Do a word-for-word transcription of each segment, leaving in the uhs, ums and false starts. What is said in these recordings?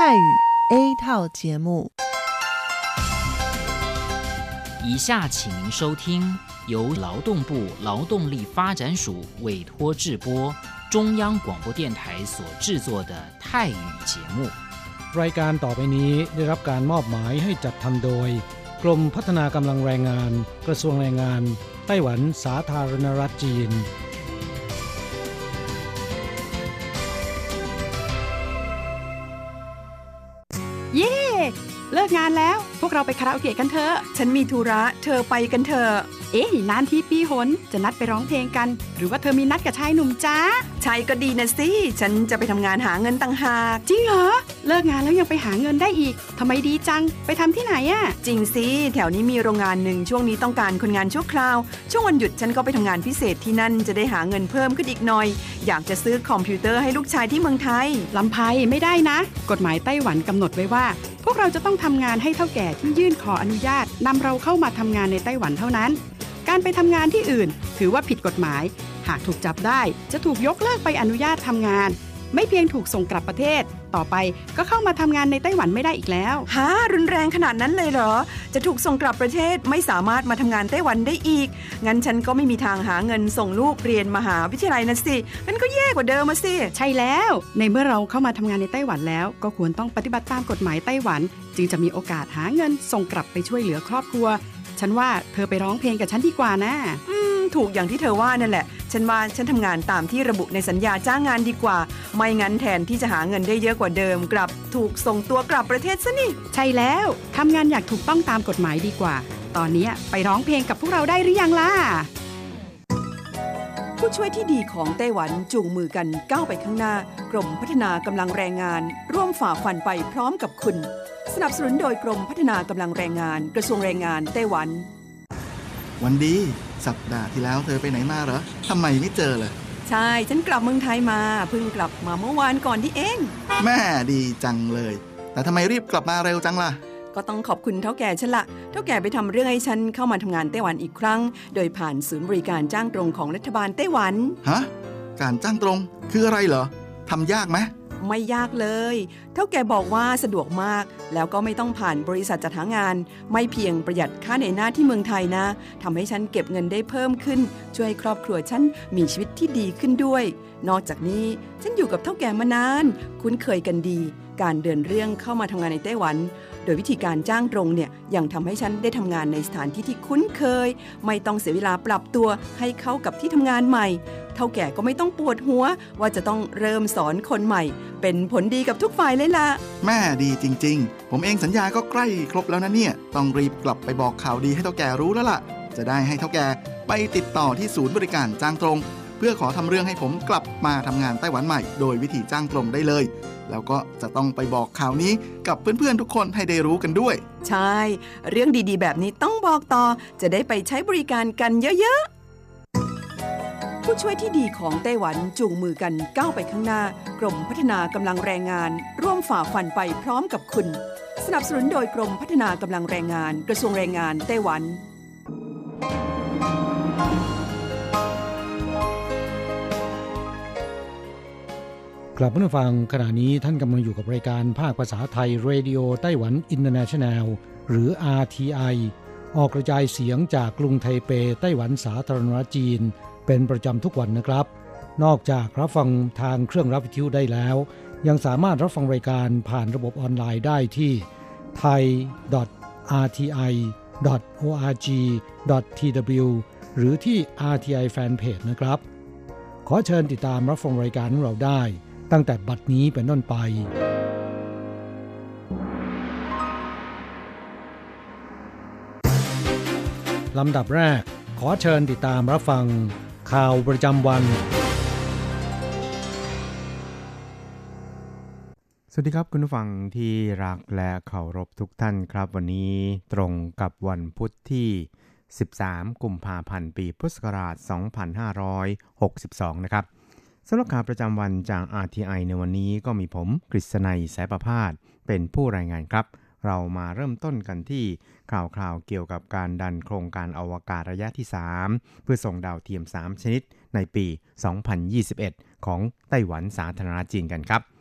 泰语 A 套节目。 以下请您收听由劳动部劳动力发展署委托制播中央广播电台所制作的泰语节目。 รายการต่อไปนี้ได้รับการมอบหมายให้จัดทำโดยกรมพัฒนากำลังแรงงานกระทรวงแรงงานไต้หวันสาธารณรัฐจีนเย้เลิกงานแล้วพวกเราไปคาราโอเกะกันเถอะฉันมีธุระเธอไปกันเถอะเอ๊ะนานทีปีหนจะนัดไปร้องเพลงกันหรือว่าเธอมีนัดกับชายหนุ่มจ้าชายก็ดีนะสิฉันจะไปทำงานหาเงินต่างหากจริงเหรอเลิกงานแล้วยังไปหาเงินได้อีกทำไมดีจังไปทำที่ไหนอะจริงสิแถวนี้มีโรงงานหนึ่งช่วงนี้ต้องการคนงานชั่วคราวช่วงวันหยุดฉันก็ไปทำงานพิเศษที่นั่นจะได้หาเงินเพิ่มขึ้นอีกหน่อยอยากจะซื้อคอมพิวเตอร์ให้ลูกชายที่เมืองไทยลำไพไม่ได้นะกฎหมายไต้หวันกำหนดไว้ว่าพวกเราจะต้องทำงานให้เฒ่าแก่ที่ยื่นขออนุญาตนำเราเข้ามาทำงานในไต้หวันเท่านั้นการไปทำงานที่อื่นถือว่าผิดกฎหมายหากถูกจับได้จะถูกยกเลิกใบอนุญาตทำงานไม่เพียงถูกส่งกลับประเทศต่อไปก็เข้ามาทำงานในไต้หวันไม่ได้อีกแล้วฮะรุนแรงขนาดนั้นเลยเหรอจะถูกส่งกลับประเทศไม่สามารถมาทำงานไต้หวันได้อีกงั้นฉันก็ไม่มีทางหาเงินส่งลูกเรียนมหาวิทยาลัยนะสิงั้นก็แย่กว่าเดิมมาสิใช่แล้วในเมื่อเราเข้ามาทำงานในไต้หวันแล้วก็ควรต้องปฏิบัติตามกฎหมายไต้หวันจึงจะมีโอกาสหาเงินส่งกลับไปช่วยเหลือครอบครัวฉันว่าเธอไปร้องเพลงกับฉันดีกว่านะอืมถูกอย่างที่เธอว่านั่นแหละฉันว่าฉันทำงานตามที่ระบุในสัญญาจ้างงานดีกว่าไม่งั้นแทนที่จะหาเงินได้เยอะกว่าเดิมกลับถูกส่งตัวกลับประเทศซะนี่ใช่แล้วทำงานอยากถูกต้องตามกฎหมายดีกว่าตอนนี้ไปร้องเพลงกับพวกเราได้หรือยังล่ะผู้ช่วยที่ดีของไต้หวันจูงมือกันก้าวไปข้างหน้ากรมพัฒนากำลังแรงงานร่วมฝ่าฟันไปพร้อมกับคุณสนับสนุนโดยกรมพัฒนากำลังแรงงานกระทรวงแรงงานไต้หวันวันดีสัปดาห์ที่แล้วเธอไปไหนมาเหรอทำไมไม่เจอเลยใช่ฉันกลับเมืองไทยมาเพิ่งกลับมาเมื่อวานก่อนที่เองแม่ดีจังเลยแต่ทำไมรีบกลับมาเร็วจังล่ะก็ต้องขอบคุณเฒ่าแก่ฉันละเฒ่าแก่ไปทำเรื่องให้ฉันเข้ามาทำงานไต้หวันอีกครั้งโดยผ่านศูนย์บริการจ้างตรงของรัฐบาลไต้หวันฮะการจ้างตรงคืออะไรเหรอทำยากไหมไม่ยากเลยเฒ่าแก่บอกว่าสะดวกมากแล้วก็ไม่ต้องผ่านบริษัทจัดหางานไม่เพียงประหยัดค่าเหนื่อยหน้าที่เมืองไทยนะทำให้ฉันเก็บเงินได้เพิ่มขึ้นช่วยครอบครัวฉันมีชีวิตที่ดีขึ้นด้วยนอกจากนี้ฉันอยู่กับเฒ่าแก่มานานคุ้นเคยกันดีการเดินเรื่องเข้ามาทำงานในไต้หวันโดยวิธีการจ้างตรงเนี่ยยังทำให้ฉันได้ทำงานในสถานที่ที่คุ้นเคยไม่ต้องเสียเวลาปรับตัวให้เข้ากับที่ทำงานใหม่เฒ่าแก่ก็ไม่ต้องปวดหัวว่าจะต้องเริ่มสอนคนใหม่เป็นผลดีกับทุกฝ่ายเลยล่ะแม่ดีจริงๆผมเองสัญญาก็ใกล้ครบแล้วนะเนี่ยต้องรีบกลับไปบอกข่าวดีให้เฒ่าแก่รู้แล้วล่ะจะได้ให้เฒ่าแก่ไปติดต่อที่ศูนย์บริการจ้างตรงเพื่อขอทำเรื่องให้ผมกลับมาทำงานไต้หวันใหม่โดยวิธีจ้างตรงได้เลยแล้วก็จะต้องไปบอกข่าวนี้กับเพื่อนๆทุกคนให้ได้รู้กันด้วยใช่เรื่องดีๆแบบนี้ต้องบอกต่อจะได้ไปใช้บริการกันเยอะๆผู้ช่วยที่ดีของไต้หวันจูงมือกันก้าวไปข้างหน้ากรมพัฒนากำลังแรงงานร่วมฝ่าฟันไปพร้อมกับคุณสนับสนุนโดยกรมพัฒนากำลังแรงงานกระทรวงแรงงานไต้หวันกลับมาฟังขณะนี้ท่านกำลังอยู่กับรายการภาคภาษาไทยเรดิโอไต้หวันอินเตอร์เนชั่นแนลหรือ อาร์ ที ไอ ออกกระจายเสียงจากกรุงไทเปไต้หวันสาธารณรัฐจีนเป็นประจำทุกวันนะครับนอกจากรับฟังทางเครื่องรับวิทยุได้แล้วยังสามารถรับฟังรายการผ่านระบบออนไลน์ได้ที่ ไทย ดอท อาร์ ที ไอ ดอท โอ อาร์ จี ดอท ที ดับเบิลยู หรือที่ อาร์ ที ไอ Fanpage นะครับขอเชิญติดตามรับฟังรายการของเราได้ตั้งแต่บัดนี้เป็นต้นไปลำดับแรกขอเชิญติดตามรับฟังข่าวประจำวันสวัสดีครับคุณผู้ฟังที่รักและเคารพทุกท่านครับวันนี้ตรงกับวันพุธที่สิบสามกุมภาพันธ์ปีพุทธศักราชสองพันห้าร้อยหกสิบสองนะครับสำหรับข่าวประจำวันจาก อาร์ ที ไอ ในวันนี้ก็มีผมกฤษณัยสายประภาสเป็นผู้รายงานครับเรามาเริ่มต้นกันที่ข่าวคราวเกี่ยวกับการดันโครงการอวกาศระยะที่สามเพื่อส่งดาวเทียมสามชนิดในปีสองพันยี่สิบเอ็ดของไต้หวันสาธารณรัฐจีนกันครับ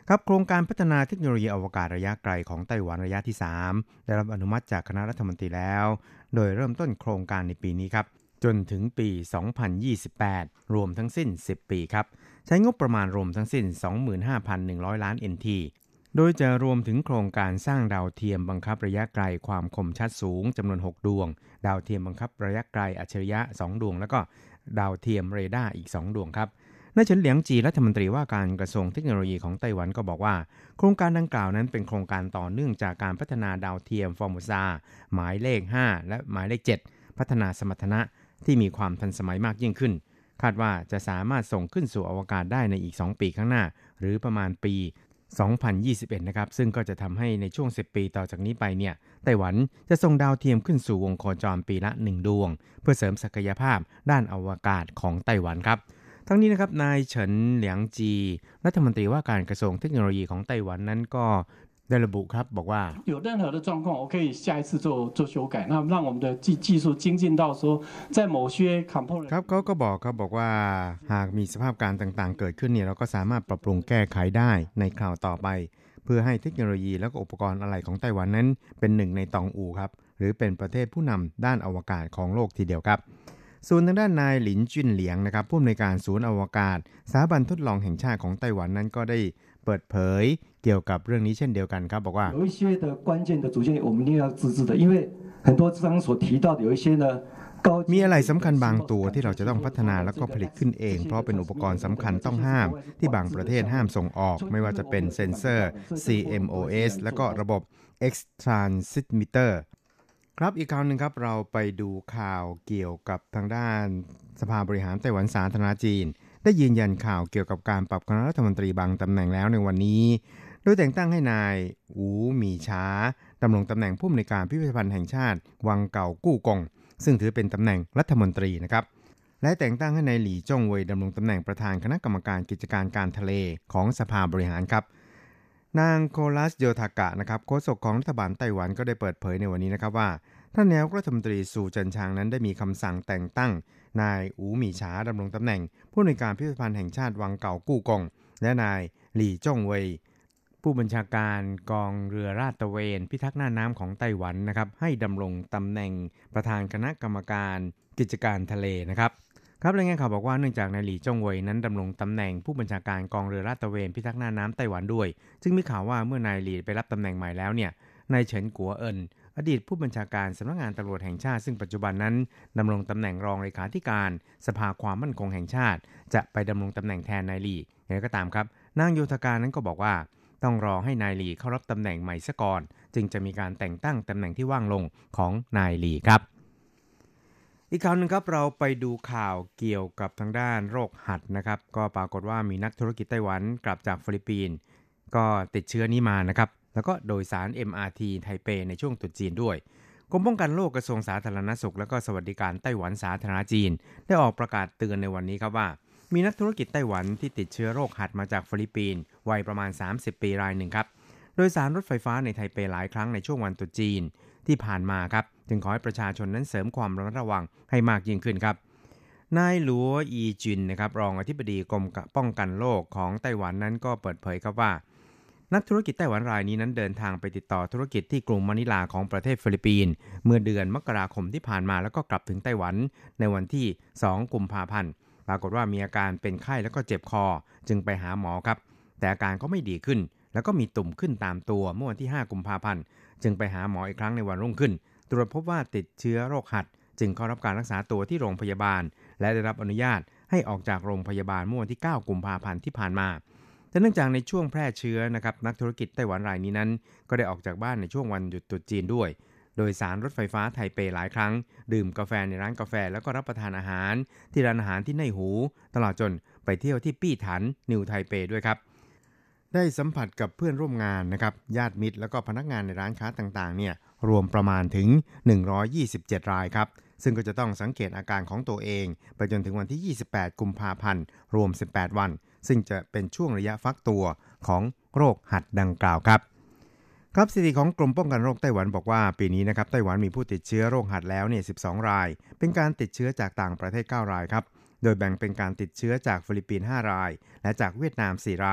ครับโครงการพัฒนาเทคโนโลยีอวกาศระยะไกลของไต้หวันระยะที่สามได้รับอนุมัติจากคณะรัฐมนตรีแล้วโดยเริ่มต้นโครงการในปีนี้ครับจนถึงปี สองพันยี่สิบแปด รวมทั้งสิ้น สิบ ปีครับใช้งบประมาณรวมทั้งสิ้น สองหมื่นห้าพันหนึ่งร้อย ล้าน เอ็น ที โดยจะรวมถึงโครงการสร้างดาวเทียมบังคับระยะไกลความคมชัดสูงจำนวนหกดวงดาวเทียมบังคับระยะไกลอัจฉริยะสองดวงแล้วก็ดาวเทียมเรดาร์อีกสองดวงครับนายเฉินเหลียงจีรัฐมนตรีว่าการกระทรวงเทคโนโลยีของไต้หวันก็บอกว่าโครงการดังกล่าวนั้นเป็นโครงการต่อเนื่องจากการพัฒนาดาวเทียมฟอร์มูซาหมายเลขห้าและหมายเลขเจ็ดพัฒนาสมรรถนะที่มีความทันสมัยมากยิ่งขึ้นคาดว่าจะสามารถส่งขึ้นสู่อวกาศได้ในอีกสองปีข้างหน้าหรือประมาณปีสองพันยี่สิบเอ็ดนะครับซึ่งก็จะทำให้ในช่วงสิบปีต่อจากนี้ไปเนี่ยไต้หวันจะส่งดาวเทียมขึ้นสู่วงโคจรปีละหนึ่งดวงเพื่อเสริมศักยภาพด้านอวกาศของไต้หวันครับทั้งนี้นะครับนายเฉินเหลียงจีรัฐมนตรีว่าการกระทรวงเทคโนโลยีของไต้หวันนั้นก็ได้ระบุครับบอกว่า有任何的状况我可以下一次做做修改那让我们的技技术精进到说在某些 component ครับเขาก็บอกครับบอกว่าหากมีสภาพการต่างๆเกิดขึ้นเนี่ยเราก็สามารถปรับปรุงแก้ไขได้ในคราวต่อไปเพื่อให้เทคโนโลยีและก็อุปกรณ์อะไหล่ของไต้หวันนั้นเป็นหนึ่งในตองอูครับหรือเป็นประเทศผู้นำด้านอวกาศของโลกทีเดียวครับส่วนทางด้านนายหลินจุนเหลียงนะครับผู้อำนวยการศูนย์อวกาศสถาบันทดลองแห่งชาติของไต้หวันนั้นก็ได้เปิดเผยเกี่ยวกับเรื่องนี้เช่นเดียวกันครับบอกว่า有一些的关键的组件我们一定要自制的因为很多刚刚所提到的有一些呢มีอะไรสำคัญบางตัวที่เราจะต้องพัฒนาแล้วก็ผลิตขึ้นเองเพราะเป็นอุปกรณ์สำคัญต้องห้ามที่บางประเทศห้ามส่งออกไม่ว่าจะเป็นเซ็นเซอร์ ซี เอ็ม โอ เอส แล้วก็ระบบ X Transmitter ครับอีกคราวนึงครับเราไปดูข่าวเกี่ยวกับทางด้านสภาบริหารไต้หวันสาธารณจีนได้ยืนยันข่าวเกี่ยวกับการปรับคณะรัฐมนตรีบางตำแหน่งแล้วในวันนี้โดยแต่งตั้งให้นายอูหมี่ช้าดำรงตำแหน่งผู้อำนวยการพิพิธภัณฑ์แห่งชาติวังเก่ากู้กงซึ่งถือเป็นตำแหน่งรัฐมนตรีนะครับและแต่งตั้งให้นายหลี่จ้งเว่ยดำรงตำแหน่งประธานคณะกรรมการกิจการการทะเลของสภาบริหารครับนางโคลัสโยทากะนะครับโฆษกของรัฐบาลไต้หวันก็ได้เปิดเผยในวันนี้นะครับว่าท่านนายกรัฐมนตรีซูเจินชางนั้นได้มีคำสั่งแต่งตั้งนายอูหมี่ช้าดำรงตำแหน่งผู้อำนวยการพิพิธภัณฑ์แห่งชาติวังเก่ากู้กงและนายหลี่จ้งเว่ยผู้บัญชาการกองเรือลาดตระเวนพิทักษ์หน้าน้ำของไต้หวันนะครับให้ดำรงตำแหน่งประธานคณะกรรมการกิจการทะเลนะครับครับรายงานข่าวบอกว่าเนื่องจากนายหลี่จ้งเว่ยนั้นดำรงตำแหน่งผู้บัญชาการกองเรือลาดตระเวนพิทักษ์หน้าน้ำไต้หวันด้วยจึงมีข่าวว่าเมื่อนายหลี่ไปรับตำแหน่งใหม่แล้วเนี่ยนายเฉินกัวเอินอดีตผู้บัญชาการสำนักงานตำรวจแห่งชาติซึ่งปัจจุบันนั้นดำรงตำแหน่งรองเลขาธิการสภาความมั่นคงแห่งชาติจะไปดำรงตำแหน่งแทนนายหลี่อย่างไรก็ตามครับนางโยธการนั้นก็บอกว่าต้องรอให้นายหลี่เข้ารับตำแหน่งใหม่ซะก่อนจึงจะมีการแต่งตั้งตำแหน่งที่ว่างลงของนายหลี่ครับอีกข่าวนึงครับเราไปดูข่าวเกี่ยวกับทางด้านโรคหัดนะครับก็ปรากฏว่ามีนักธุรกิจไต้หวันกลับจากฟิลิปปินส์ก็ติดเชื้อนี้มานะครับแล้วก็โดยสาร เอ็ม อาร์ ที ไทเปในช่วงตรุษจีนด้วยกรมป้องกันโรคกระทรวงสาธารณสุขและก็สวัสดิการไต้หวันสาธารณจีนได้ออกประกาศเตือนในวันนี้ครับว่ามีนักธุรกิจไต้หวันที่ติดเชื้อโรคหัดมาจากฟิลิปปินส์วัยประมาณสามสิบปีรายหนึ่งครับโดยสารรถไฟฟ้าในไทเปหลายครั้งในช่วงวันตรุษจีนที่ผ่านมาครับจึงขอให้ประชาชนนั้นเสริมความระมัดระวังให้มากยิ่งขึ้นครับนายหลัวอีจินนะครับรองอธิบดีกรมป้องกันโรคของไต้หวันนั้นก็เปิดเผยครับว่านักธุรกิจไต้หวันรายนี้นั้นเดินทางไปติดต่อธุรกิจที่กรุงมะนิลาของประเทศฟิลิปปินส์เมื่อเดือนมกราคมที่ผ่านมาแล้วก็กลับถึงไต้หวันในวันที่สองกุมภาพันธ์ปรากฏว่ามีอาการเป็นไข้แล้วก็เจ็บคอจึงไปหาหมอครับแต่อาการก็ไม่ดีขึ้นแล้วก็มีตุ่มขึ้นตามตัวเมื่อวันที่ห้ากุมภาพันธ์จึงไปหาหมออีกครั้งในวันรุ่งขึ้นตรวจพบว่าติดเชื้อโรคหัดจึงเข้ารับการรักษาตัวที่โรงพยาบาลและได้รับอนุญาตให้ออกจากโรงพยาบาลเมื่อวันที่เก้ากุมภาพันธ์ที่ผ่านมาแต่เนื่องจากในช่วงแพร่เชื้อนะครับนักธุรกิจไต้หวันรายนี้นั้นก็ได้ออกจากบ้านในช่วงวันหยุดตรุษจีนด้วยโดยสารรถไฟฟ้าไทเปหลายครั้งดื่มกาแฟในร้านกาแฟแล้วก็รับประทานอาหารที่ร้านอาหารที่ในหูตลอดจนไปเที่ยวที่ปี้ถันนิวไทเปด้วยครับได้สัมผัสกับเพื่อนร่วมงานนะครับญาติมิตรแล้วก็พนักงานในร้านค้าต่างๆเนี่ยรวมประมาณถึงหนึ่งร้อยยี่สิบเจ็ดรายครับซึ่งก็จะต้องสังเกตอาการของตัวเองไปจนถึงวันที่ยี่สิบแปดกุมภาพันธ์รวมสิบแปดวันซึ่งจะเป็นช่วงระยะฟักตัวของโรคหัดดังกล่าวครับครับสถิติของกรมป้องกันโรคไต้หวันบอกว่าปีนี้นะครับไต้หวันมีผู้ติดเชื้อโรคหัดแล้วเนี่ยสิบสองรายเป็นการติดเชื้อจากต่างประเทศเก้ารายครับโดยแบ่งเป็นการติดเชื้อจากฟิลิปปินส์ห้ารายและจากเวียดนามสี่ราย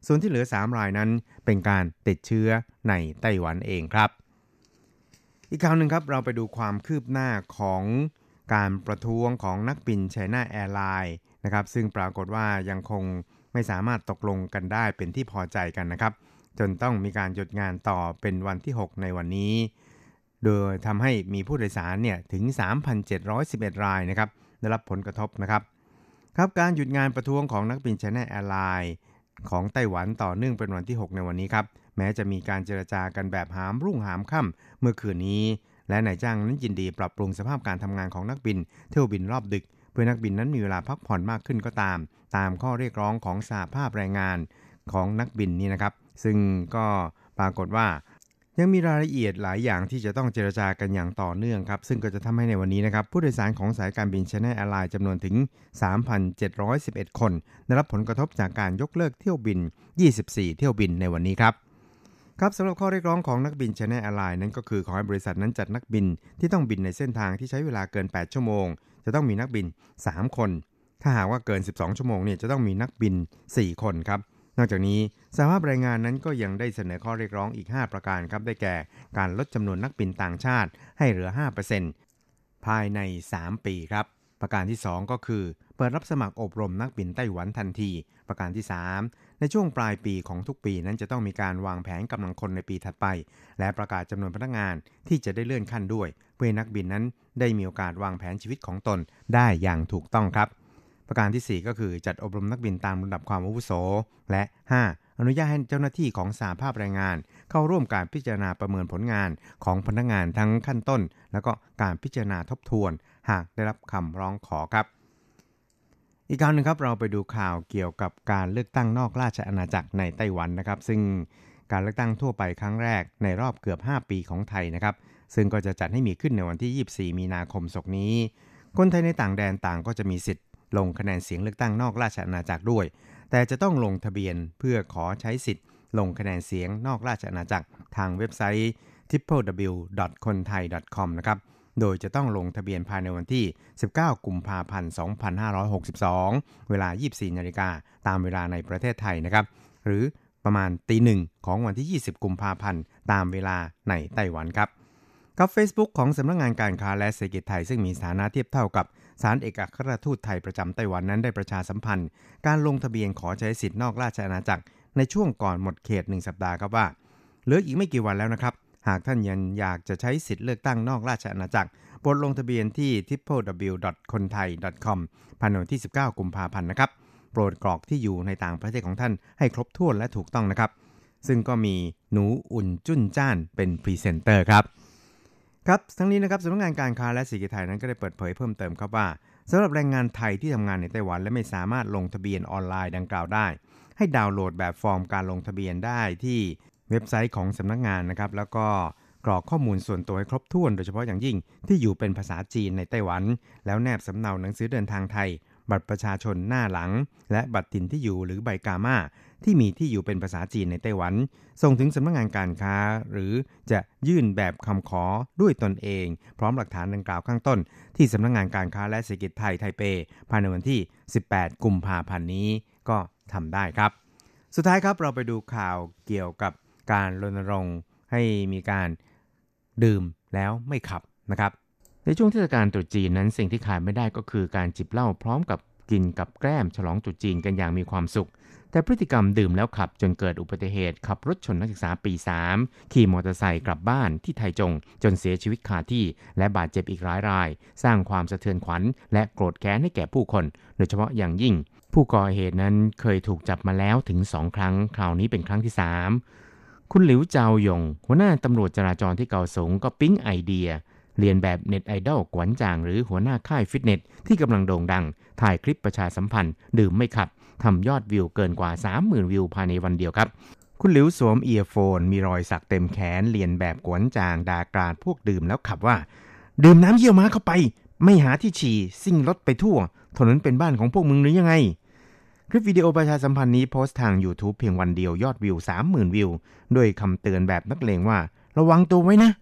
ส่วนที่เหลือสามรายนั้นเป็นการติดเชื้อในไต้หวันเองครับอีกข่าวหนึ่งครับเราไปดูความคืบหน้าของการประท้วงของนักบิน China Airlines นะครับซึ่งปรากฏว่ายังคงไม่สามารถตกลงกันได้เป็นที่พอใจกันนะครับจนต้องมีการหยุดงานต่อเป็นวันที่หกในวันนี้โดยทำให้มีผู้โดยสารเนี่ยถึง สามพันเจ็ดร้อยสิบเอ็ด รายนะครับได้รับผลกระทบนะครับครับการหยุดงานประท้วงของนักบิน China Airlines ของไต้หวันต่อเนื่องเป็นวันที่หกในวันนี้ครับแม้จะมีการเจรจากันแบบหามรุ่งหามค่ำเมื่อคืนนี้และนายจ้างนั้นยินดีปรับปรุงสภาพการทำงานของนักบินเที่ยวบินรอบดึกเพื่อนักบินนั้นมีเวลาพักผ่อนมากขึ้นก็ตามตามข้อเรียกร้องของสหภาพแรงงานของนักบินนี่นะครับซึ่งก็ปรากฏว่ายังมีรายละเอียดหลายอย่างที่จะต้องเจรจากันอย่างต่อเนื่องครับซึ่งก็จะทำให้ในวันนี้นะครับผู้โดยสารของสายการบิน China Airlines จำนวนถึง สามพันเจ็ดร้อยสิบเอ็ด คนได้รับผลกระทบจากการยกเลิกเที่ยวบินยี่สิบสี่เที่ยวบินในวันนี้ครับครับสำหรับข้อเรียกร้องของนักบิน China Airlines นั้นก็คือขอให้บริษัทนั้นจัดนักบินที่ต้องบินในเส้นทางที่ใช้เวลาเกินแปดชั่วโมงจะต้องมีนักบินสามคนถ้าหากว่าเกินสิบสองชั่วโมงเนี่ยจะต้องมีนักบินสี่คนครับนอกจากนี้สหภาพแรงงานนั้นก็ยังได้เสนอข้อเรียกร้องอีกห้าประการครับได้แก่การลดจำนวนนักบินต่างชาติให้เหลือ ห้าเปอร์เซ็นต์ ภายในสามปีครับประการที่สองก็คือเปิดรับสมัครอบรมนักบินไต้หวันทันทีประการที่สามในช่วงปลายปีของทุกปีนั้นจะต้องมีการวางแผนกำลังคนในปีถัดไปและประกาศจำนวนพนักงานที่จะได้เลื่อนขั้นด้วยเพื่อให้นักบินนั้นได้มีโอกาสวางแผนชีวิตของตนได้อย่างถูกต้องครับประการที่สี่ก็คือจัดอบรมนักบินตามลำดับความอาวุโสและห้าอนุญาตให้เจ้าหน้าที่ของสหภาพแรงงานเข้าร่วมการพิจารณาประเมินผลงานของพนักงานทั้งขั้นต้นแล้วก็การพิจารณาทบทวนหากได้รับคำร้องขอครับอีกข่าวหนึ่งครับเราไปดูข่าวเกี่ยวกับการเลือกตั้งนอกราชอาณาจักรในไต้หวันนะครับซึ่งการเลือกตั้งทั่วไปครั้งแรกในรอบเกือบห้าปีของไทยนะครับซึ่งก็จะจัดให้มีขึ้นในวันที่ยี่สิบสี่มีนาคมศกนี้คนไทยในต่างแดนต่างก็จะมีสิทธิ์ลงคะแนนเสียงเลือกตั้งนอกราชอาณาจักรด้วยแต่จะต้องลงทะเบียนเพื่อขอใช้สิทธิ์ลงคะแนนเสียงนอกราชอาณาจักรทางเว็บไซต์ ดับเบิลยู ดับเบิลยู ดับเบิลยู ดอท คนไทย ดอท คอม นะครับโดยจะต้องลงทะเบียนภายในวันที่สิบเก้ากุมภาพันธ์สองพันห้าร้อยหกสิบสองเวลา ยี่สิบสี่นาฬิกาตามเวลาในประเทศไทยนะครับหรือประมาณตีหนึ่งของวันที่ยี่สิบกุมภาพันธ์ตามเวลาในไต้หวันครับกับ Facebook ของสำนักงานการค้าและเศรษฐกิจไทยซึ่งมีสถานะเทียบเท่ากับศาลเอกอัครราชทูตไทยประจำไต้หวันนั้นได้ประชาสัมพันธ์การลงทะเบียนขอใช้สิทธินอกราชอาณาจักรในช่วงก่อนหมดเขตหนึ่งสัปดาห์ครับว่าเหลืออีกไม่กี่วันแล้วนะครับหากท่านยังอยากจะใช้สิทธิเลือกตั้งนอกราชอาณาจักรโปรดลงทะเบียนที่ ดับเบิลยู ดับเบิลยู ดับเบิลยู ดอท คนไทย ดอท คอม ภายในวันที่สิบเก้ากุมภาพันธ์นะครับโปรดกรอกที่อยู่ในต่างประเทศของท่านให้ครบถ้วนและถูกต้องนะครับซึ่งก็มีหนูอุ่นจุ้นจ้านเป็นพรีเซนเตอร์ครับครับทั้งนี้นะครับสำนักงานการค้าและเศรษฐกิจไทยนั้นก็ได้เปิดเผยเพิ่มเติมครับว่าสำหรับแรงงานไทยที่ทำงานในไต้หวันและไม่สามารถลงทะเบียนออนไลน์ดังกล่าวได้ให้ดาวน์โหลดแบบฟอร์มการลงทะเบียนได้ที่เว็บไซต์ของสำนักงานนะครับแล้วก็กรอกข้อมูลส่วนตัวให้ครบถ้วนโดยเฉพาะอย่างยิ่งที่อยู่เป็นภาษาจีนในไต้หวันแล้วแนบสำเนาหนังสือเดินทางไทยบัตรประชาชนหน้าหลังและบัตรถิ่นที่อยู่หรือใบกาม่าที่มีที่อยู่เป็นภาษาจีนในไต้หวันส่งถึงสำนักงานการค้าหรือจะยื่นแบบคำขอด้วยตนเองพร้อมหลักฐานดังกล่าวข้างต้นที่สำนักงานการค้าและเศรษฐกิจไทยไทเปภายในวันที่สิบแปดกุมภาพันธ์นี้ก็ทำได้ครับสุดท้ายครับเราไปดูข่าวเกี่ยวกับการรณรงค์ให้มีการดื่มแล้วไม่ขับนะครับในช่วงเทศกาลตรุษจีนนั้นสิ่งที่ขาดไม่ได้ก็คือการจิบเหล้าพร้อมกับกินกับแกล้มฉลองตรุษจีนกันอย่างมีความสุขแต่พฤติกรรมดื่มแล้วขับจนเกิดอุบัติเหตุขับรถชนนักศึกษาปีสามขี่มอเตอร์ไซค์กลับบ้านที่ไทจงจนเสียชีวิตคาที่และบาดเจ็บอีกหลายรายสร้างความสะเทือนขวัญและโกรธแค้นให้แก่ผู้คนโดยเฉพาะอย่างยิ่งผู้ก่อเหตุนั้นเคยถูกจับมาแล้วถึงสองครั้งคราวนี้เป็นครั้งที่สามคุณหลิวเจาหยงหัวหน้าตำรวจจราจรที่เกาสงก็ปิ๊งไอเดียเรียนแบบเน็ตไอดอลกวนจางหรือหัวหน้าค่ายฟิตเนสที่กำลังโด่งดังถ่ายคลิปประชาสัมพันธ์ดื่มไม่ขับทำยอดวิวเกินกว่า สามหมื่น วิวภายในวันเดียวครับคุณหลิวสวมเอียร์โฟนมีรอยสักเต็มแขนเรียนแบบกวนจางด่ากราดพวกดื่มแล้วขับว่าดื่มน้ำเยี่ยวม้าเข้าไปไม่หาที่ฉี่ซิ่งรถไปทั่วถนนเป็นบ้านของพวกมึงหรือยังไงคลิปวิดีโอประชาสัมพันธ์นี้โพสต์ทาง YouTube เพียงวันเดียวยอดวิว สามหมื่น วิวด้วยคำเตือนแบบนักเลงว่าระวังตัวไว้นะ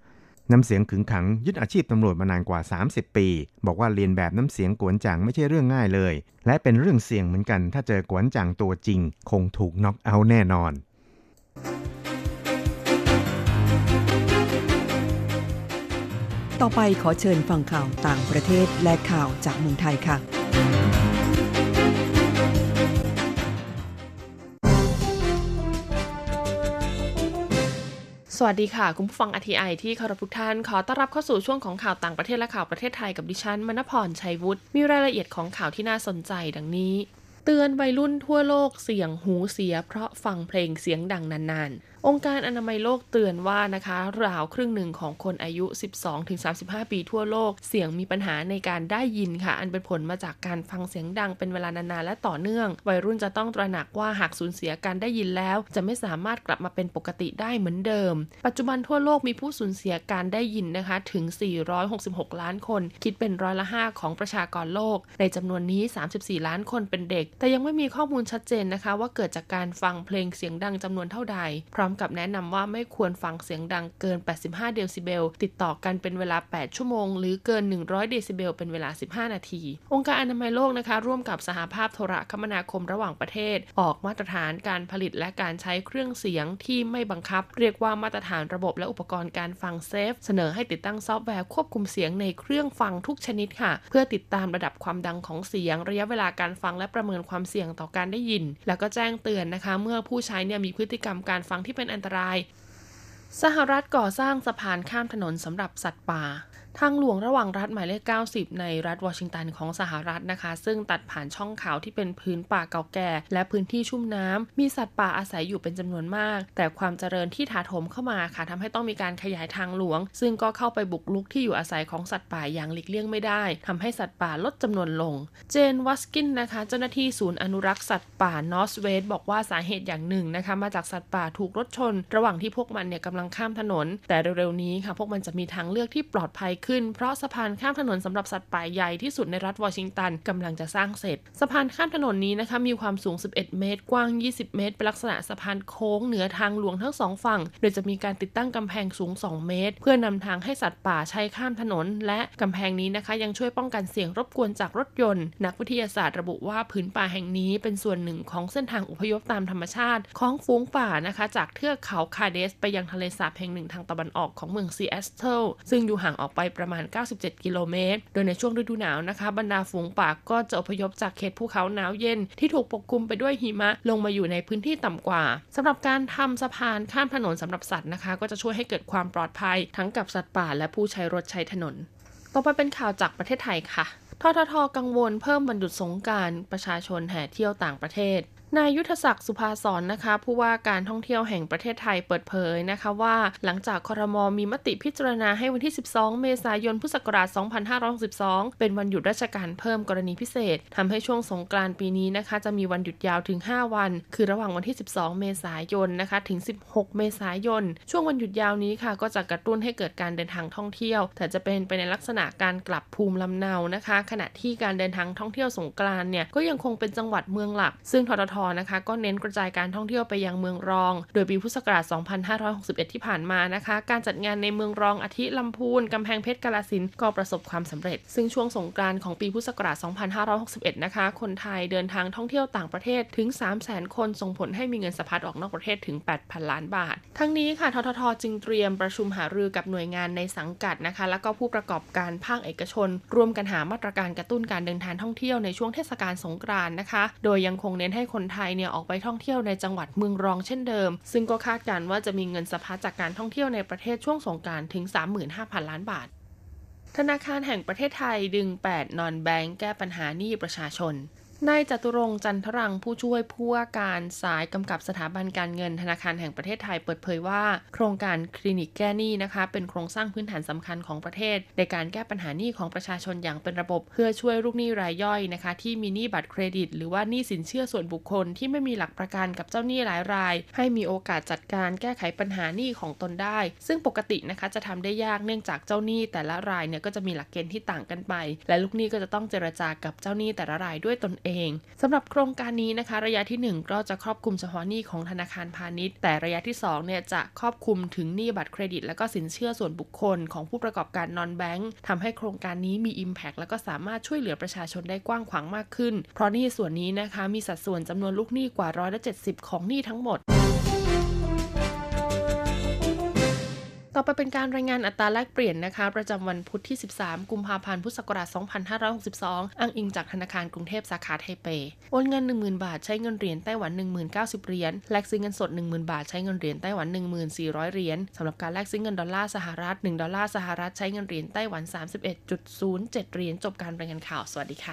น้ำเสียงขึงขังยึดอาชีพตำรวจมานานกว่าสามสิบปีบอกว่าเรียนแบบน้ำเสียงกวนจังไม่ใช่เรื่องง่ายเลยและเป็นเรื่องเสี่ยงเหมือนกันถ้าเจอกวนจังตัวจริงคงถูกน็อกเอาท์แน่นอนต่อไปขอเชิญฟังข่าวต่างประเทศและข่าวจากเมืองไทยค่ะสวัสดีค่ะคุณผู้ฟัง อาร์ ที ไอ ที่เคารพทุกท่านขอต้อนรับเข้าสู่ช่วงของข่าวต่างประเทศและข่าวประเทศไทยกับดิฉันมณพรชัยวุฒิมีรายละเอียดของข่าวที่น่าสนใจดังนี้เตือนวัยรุ่นทั่วโลกเสี่ยงหูเสียเพราะฟังเพลงเสียงดังนานๆองค์การอนามัยโลกเตือนว่านะคะราวครึ่งหนึ่งของคนอายุ สิบสองถึงสามสิบห้า ปีทั่วโลกเสี่ยงมีปัญหาในการได้ยินค่ะอันเป็นผลมาจากการฟังเสียงดังเป็นเวลานานๆและต่อเนื่องวัยรุ่นจะต้องตระหนักว่าหากสูญเสียการได้ยินแล้วจะไม่สามารถกลับมาเป็นปกติได้เหมือนเดิมปัจจุบันทั่วโลกมีผู้สูญเสียการได้ยินนะคะถึงสี่ร้อยหกสิบหกล้านคนคิดเป็นร้อยละห้าของประชากรโลกในจำนวนนี้สามสิบสี่ล้านคนเป็นเด็กแต่ยังไม่มีข้อมูลชัดเจนนะคะว่าเกิดจากการฟังเพลงเสียงดังจำนวนเท่าใดพร้อมกับแนะนำว่าไม่ควรฟังเสียงดังเกินแปดสิบห้าเดซิเบลติดต่อกันเป็นเวลาแปดชั่วโมงหรือเกินหนึ่งร้อยเดซิเบลเป็นเวลาสิบห้านาทีองค์การอนามัยโลกนะคะร่วมกับสหภาพโทรคมนาคมระหว่างประเทศออกมาตรฐานการผลิตและการใช้เครื่องเสียงที่ไม่บังคับเรียกว่ามาตรฐานระบบและอุปกรณ์การฟังเซฟเสนอให้ติดตั้งซอฟต์แวร์ควบคุมเสียงในเครื่องฟังทุกชนิดค่ะเพื่อติดตามระดับความดังของเสียงระยะเวลาการฟังและประเมินความเสี่ยงต่อการได้ยินแล้วก็แจ้งเตือนนะคะเมื่อผู้ใช้เนี่ยมีพฤติกรรมการฟังที่เป็นอันตรายสหรัฐก่อสร้างสะพานข้ามถนนสำหรับสัตว์ป่าทางหลวงระหว่างรัฐหมายเลขเก้าสิบในรัฐวอชิงตันของสหรัฐนะคะซึ่งตัดผ่านช่องเขาที่เป็นพื้นป่าเก่าแก่และพื้นที่ชุ่มน้ำมีสัตว์ป่าอาศัยอยู่เป็นจำนวนมากแต่ความเจริญที่ถาโถมเข้ามาค่ะทำให้ต้องมีการขยายทางหลวงซึ่งก็เข้าไปบุกรุกที่อยู่อาศัยของสัตว์ป่าอย่างหลีกเลี่ยงไม่ได้ทำให้สัตว์ป่าลดจำนวนลงเจนวัสกินนะคะเจ้าหน้าที่ศูนย์อนุรักษ์สัตว์ป่านอร์ทเวสต์บอกว่าสาเหตุอย่างหนึ่งนะคะมาจากสัตว์ป่าถูกรถชนระหว่างที่พวกมันเนี่ยกำลังข้ามถนนแต่เร็วๆนี้ค่ะพวกมันจะมีทางเลือกที่ปลอดภัยขึ้นเพราะสะพานข้ามถนนสำหรับสัตว์ป่าใหญ่ที่สุดในรัฐวอชิงตันกำลังจะสร้างเสร็จสะพานข้ามถนนนี้นะคะมีความสูงสิบเอ็ดเมตรกว้างยี่สิบเมตรเป็นลักษณะสะพานโค้งเหนือทางหลวงทั้งสองฝั่งโดยจะมีการติดตั้งกำแพงสูงสองเมตรเพื่อนำทางให้สัตว์ป่าใช้ข้ามถนนและกำแพงนี้นะคะยังช่วยป้องกันเสียงรบกวนจากรถยนต์นักวิทยาศาสตร์ระบุว่าผืนป่าแห่งนี้เป็นส่วนหนึ่งของเส้นทางอพยพตามธรรมชาติของฝูงป่านะคะจากเทือกเขาคาเดสไปยังทะเลสาบแห่งหนึ่งทางตะวันออกของเมืองซีแอสเทิลซึ่งอยู่ห่างออกไปประมาณเก้าสิบเจ็ดกิโลเมตรโดยในช่วงฤดูหนาวนะคะบรรดาฝูงป่าก็จะอพยพจากเขตภูเขาหนาวเย็นที่ถูกปกคลุมไปด้วยหิมะลงมาอยู่ในพื้นที่ต่ำกว่าสำหรับการทำสะพานข้ามถนนสำหรับสัตว์นะคะก็จะช่วยให้เกิดความปลอดภัยทั้งกับสัตว์ป่าและผู้ใช้รถใช้ถนนต่อไปเป็นข่าวจากประเทศไทยค่ะททท.กังวลเพิ่มวันหยุดสงกรานต์ประชาชนแห่เที่ยวต่างประเทศนายยุทธศักดิ์สุภาสรนะคะผู้ว่าการท่องเที่ยวแห่งประเทศไทยเปิดเผยนะคะว่าหลังจากครม.มีมติพิจารณาให้วันที่สิบสองเมษายนพุทธศักราชสองพันห้าร้อยหกสิบสองเป็นวันหยุดราชการเพิ่มกรณีพิเศษทำให้ช่วงสงกรานต์ปีนี้นะคะจะมีวันหยุดยาวถึงห้าวันคือระหว่างวันที่สิบสองเมษายนนะคะถึงสิบหกเมษายนช่วงวันหยุดยาวนี้ค่ะก็จะกระตุ้นให้เกิดการเดินทางท่องเที่ยวแต่จะเป็นไปในลักษณะการกลับภูมิลำเนานะคะขณะที่การเดินทางท่องเที่ยวสงกรานต์เนี่ยก็ยังคงเป็นจังหวัดเมืองหลักซึ่งททท.นะคะก็เน้นกระจายการท่องเที่ยวไปยังเมืองรองโดยปีพุทธศักราชสองพันห้าร้อยหกสิบเอ็ดที่ผ่านมานะคะการจัดงานในเมืองรองอาทิลำพูนกำแพงเพชรกาฬสินธุ์ก็ประสบความสำเร็จซึ่งช่วงสงกรานต์ของปีพุทธศักราชสองพันห้าร้อยหกสิบเอ็ดนะคะคนไทยเดินทางท่องเที่ยวต่างประเทศถึง สามแสน คนส่งผลให้มีเงินสะพัดออกนอกประเทศถึง แปดพัน ล้านบาททั้งนี้ค่ะททท.จึงเตรียมประชุมหารือกับหน่วยงานในสังกัดนะคะแล้วก็ผู้ประกอบการภาคเอกชนร่วมกันหามาตรการกระตุ้นการเดินทางท่องเที่ยวในช่วงเทศกาลสงกรานต์นะคะโดยยังคงเน้นให้คนไทยเนี่ยออกไปท่องเที่ยวในจังหวัดเมืองรองเช่นเดิมซึ่งก็คาดการณ์ว่าจะมีเงินสะพัดจากการท่องเที่ยวในประเทศช่วงสงกรานต์ถึง สามหมื่นห้าพัน ล้านบาทธนาคารแห่งประเทศไทยดึงแปดนอนแบงก์แก้ปัญหาหนี้ประชาชน นายจตุรงค์จันทรังผู้ช่วยผู้ว่าการสายกำกับสถาบันการเงินธนาคารแห่งประเทศไทยเปิดเผยว่าโครงการคลินิกแก้หนี้นะคะเป็นโครงสร้างพื้นฐานสำคัญของประเทศในการแก้ปัญหาหนี้ของประชาชนอย่างเป็นระบบเพื่อช่วยลูกหนี้รายย่อยนะคะที่มีหนี้บัตรเครดิตหรือว่าหนี้สินเชื่อส่วนบุคคลที่ไม่มีหลักประกันกับเจ้าหนี้หลายรายให้มีโอกาสจัดการแก้ไขปัญหาหนี้ของตนได้ซึ่งปกตินะคะจะทำได้ยากเนื่องจากเจ้าหนี้แต่ละรายเนี่ยก็จะมีหลักเกณฑ์ที่ต่างกันไปและลูกหนี้ก็จะต้องเจรจากับเจ้าหนี้แต่ละรายด้วยตนเอเองสำหรับโครงการนี้นะคะระยะที่หนึ่งก็จะครอบคลุมเฉพาะหนี้ของธนาคารพาณิชย์แต่ระยะที่สองเนี่ยจะครอบคลุมถึงหนี้บัตรเครดิตและก็สินเชื่อส่วนบุคคลของผู้ประกอบการนอนแบงก์ทำให้โครงการนี้มี impact และก็สามารถช่วยเหลือประชาชนได้กว้างขวางมากขึ้นเพราะหนี้ส่วนนี้นะคะมีสัดส่วนจำนวนลูกหนี้กว่าร้อยละเจ็ดสิบของหนี้ทั้งหมดต่อไปเป็นการรายงานอัตราแลกเปลี่ยนนะคะประจำวันพุธที่สิบสามกุมภาพันธ์พุทธศักราชสองพันห้าร้อยหกสิบสองอ้างอิงจากธนาคารกรุงเทพสาขาไทเปโอนเงิน หนึ่งหมื่น บาทใช้เงินเหรียญไต้หวัน หนึ่งหมื่นเก้าสิบ เหรียญแลกซื้อเงินสด หนึ่งหมื่น บาทใช้เงินเหรียญไต้หวัน หนึ่งหมื่นสี่ร้อย เหรียญสำหรับการแลกซื้อเงินดอลลาร์สหรัฐหนึ่งดอลลาร์สหรัฐใช้เงินเหรียญไต้หวัน สามสิบเอ็ดจุดศูนย์เจ็ด เหรียญจบการรายงานข่าวสวัสดีค่ะ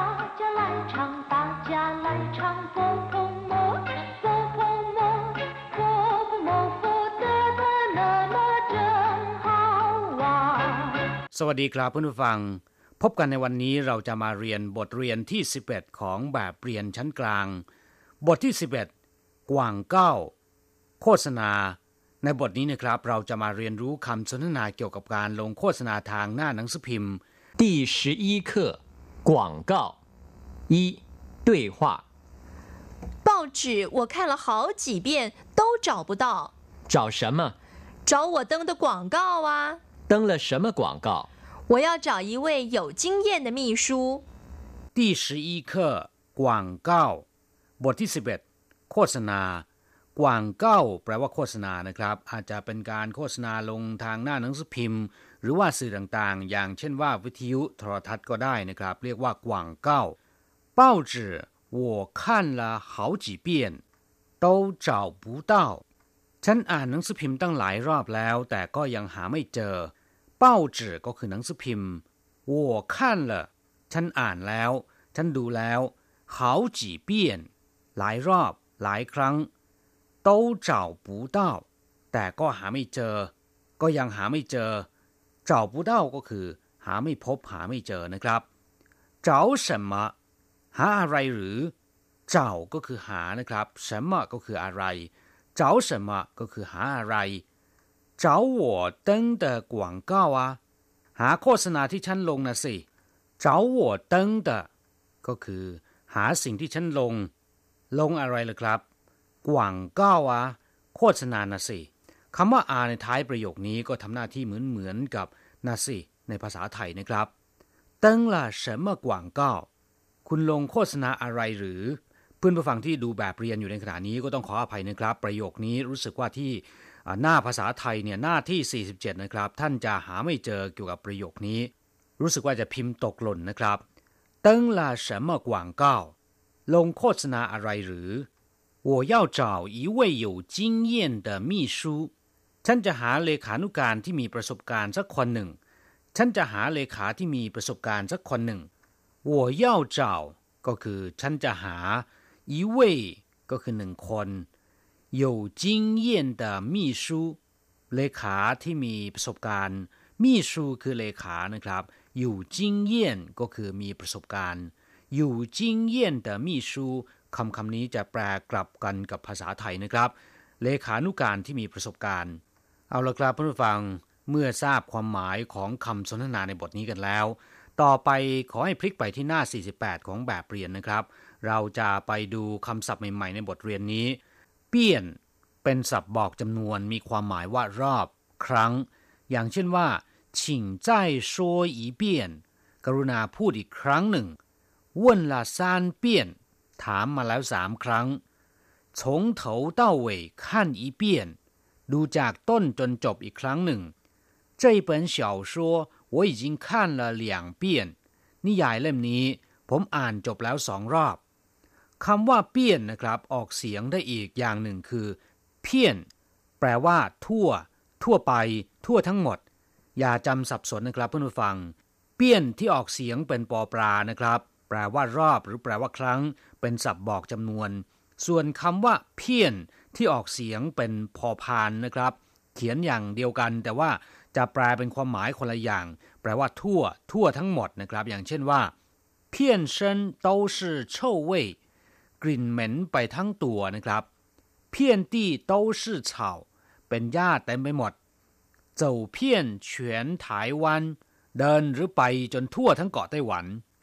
สวัสดีครับเพื่อนผู้ฟังพบกันในวันนี้เราจะมาเรียนบทเรียนที่สิบเอ็ดของแบบเรียนชั้นกลางบทที่สิบเอ็ดกว่างเก้าโฆษณาในบทนี้นะครับเราจะมาเรียนรู้คำสนทนาเกี่ยวกับการลงโฆษณาทางหน้าหนังสือพิมพ์第十一课广告一对话报纸我看了好几遍都找不到找什么找我登的广告啊登了什么广告我要找一位有经验的秘书第十一课广告บทที่สิบเอ็ดโฆษณากว่างเก้าแปลว่าโฆษณานะครับอาจจะเป็นการโฆษณาลงทางหน้าหนังสือพิมพ์หรือว่าสื่อต่างๆอย่างเช่นว่าวิทยุโทรทัศน์ก็ได้นะครับเรียกว่ากว่างเก้า报纸我看了好几遍都找不到ฉันอ่านหนังสือพิมพ์ตั้งหลายรอบแล้วแต่ก็ยังหาไม่เจอ报纸ก็คือหนังสือพิมพ์我看了ฉันอ่านแล้วฉันดูแล้ว好几遍หลายรอบหลายครั้ง都找不到แต่ก็หาไม่เจอก็ยังหาไม่เจอ找不到ก็คือหาไม่พบหาไม่เจอนะครับ找什么หาอะไรหรือ找ก็คือหานะครับ什么ก็คืออะไร找什么ก็คือหาอะไร找我登的广告啊หาโฆษณาที่ฉันลงนะสิ找我登的ก็คือหาสิ่งที่ฉันลงลงอะไรล่ะครับกว่างเก้าอ่ะโฆษณานะสิคำว่าอาในท้ายประโยคนี้ก็ทำหน้าที่เหมือนเหมือนกับนะสิในภาษาไทยนะครับ登了什么广告คุณลงโฆษณาอะไรหรือเพื่อนผู้ฟังที่ดูแบบเรียนอยู่ในขณะนี้ก็ต้องขออภัยนะครับประโยคนี้รู้สึกว่าที่หน้าภาษาไทยเนี่ยหน้าที่สี่สิบเจ็ดนะครับท่านจะหาไม่เจอเกี่ยวกับประโยคนี้รู้สึกว่าจะพิมพ์ตกหล่นนะครับ登了什么广告ลงโฆษณาอะไรหรือ我要找一位有经验的秘书ฉันจะหาเลขานุการที่มีประสบการณ์สักคนหนึ่งฉันจะหาเลขาที่มีประสบการณ์สักคนหนึ่ง我要找ก็คือฉันจะหา一位ก็คือหนึ่งคน有经验的秘书เลขาที่มีประสบการณ์秘书คือเลขานะครับ有经验ก็คือมีประสบการณ์有经验的秘书คำคำนี้จะแปลกลับกันกับภาษาไทยนะครับเลขานุการที่มีประสบการณ์เอาละครับผู้ฟังเมื่อทราบความหมายของคำสนทนาในบทนี้กันแล้วต่อไปขอให้พลิกไปที่หน้าสี่สิบแปดของแบบเรียนนะครับเราจะไปดูคำศัพท์ใหม่ๆในบทเรียนนี้เปี้ยนเป็นศัพท์บอกจำนวนมีความหมายว่ารอบครั้งอย่างเช่นว่า请再说一遍กรุณาพูดอีกครั้งหนึ่ง问了三遍ถามมาแล้วสามครั้ง从头到尾看一遍ดูจากต้นจนจบอีกครั้งหนึ่ง这本小说我已经看了两遍นิยายเล่มนี้ผมอ่านจบแล้วสองรอบคำว่าเปี้ยนนะครับออกเสียงได้อีกอย่างหนึ่งคือเพี้ยนแปลว่าทั่วทั่วไปทั่วทั้งหมดอย่าจำสับสนนะครับเพื่อนผู้ฟังเปี้ยนที่ออกเสียงเป็นปอปลานะครับแปลว่ารอบหรือแปลว่าครั้งเป็นศัพท์บอกจำนวนส่วนคำว่าเพี้ยนที่ออกเสียงเป็นพอพานนะครับเขียนอย่างเดียวกันแต่ว่าจะแปลเป็นความหมายคนละอย่างแปลว่าทั่วทั่วทั้งหมดนะครับอย่างเช่นว่าเพี้ยนเซิน都是臭味กลิ่นเหม็นไปทั้งตัวนะครับเพี้ยนตี้都是草เป็นหญ้าเต็มไปหมด走遍全台湾เดินหรือไปจนทั่วทั้งเกาะไต้หวัน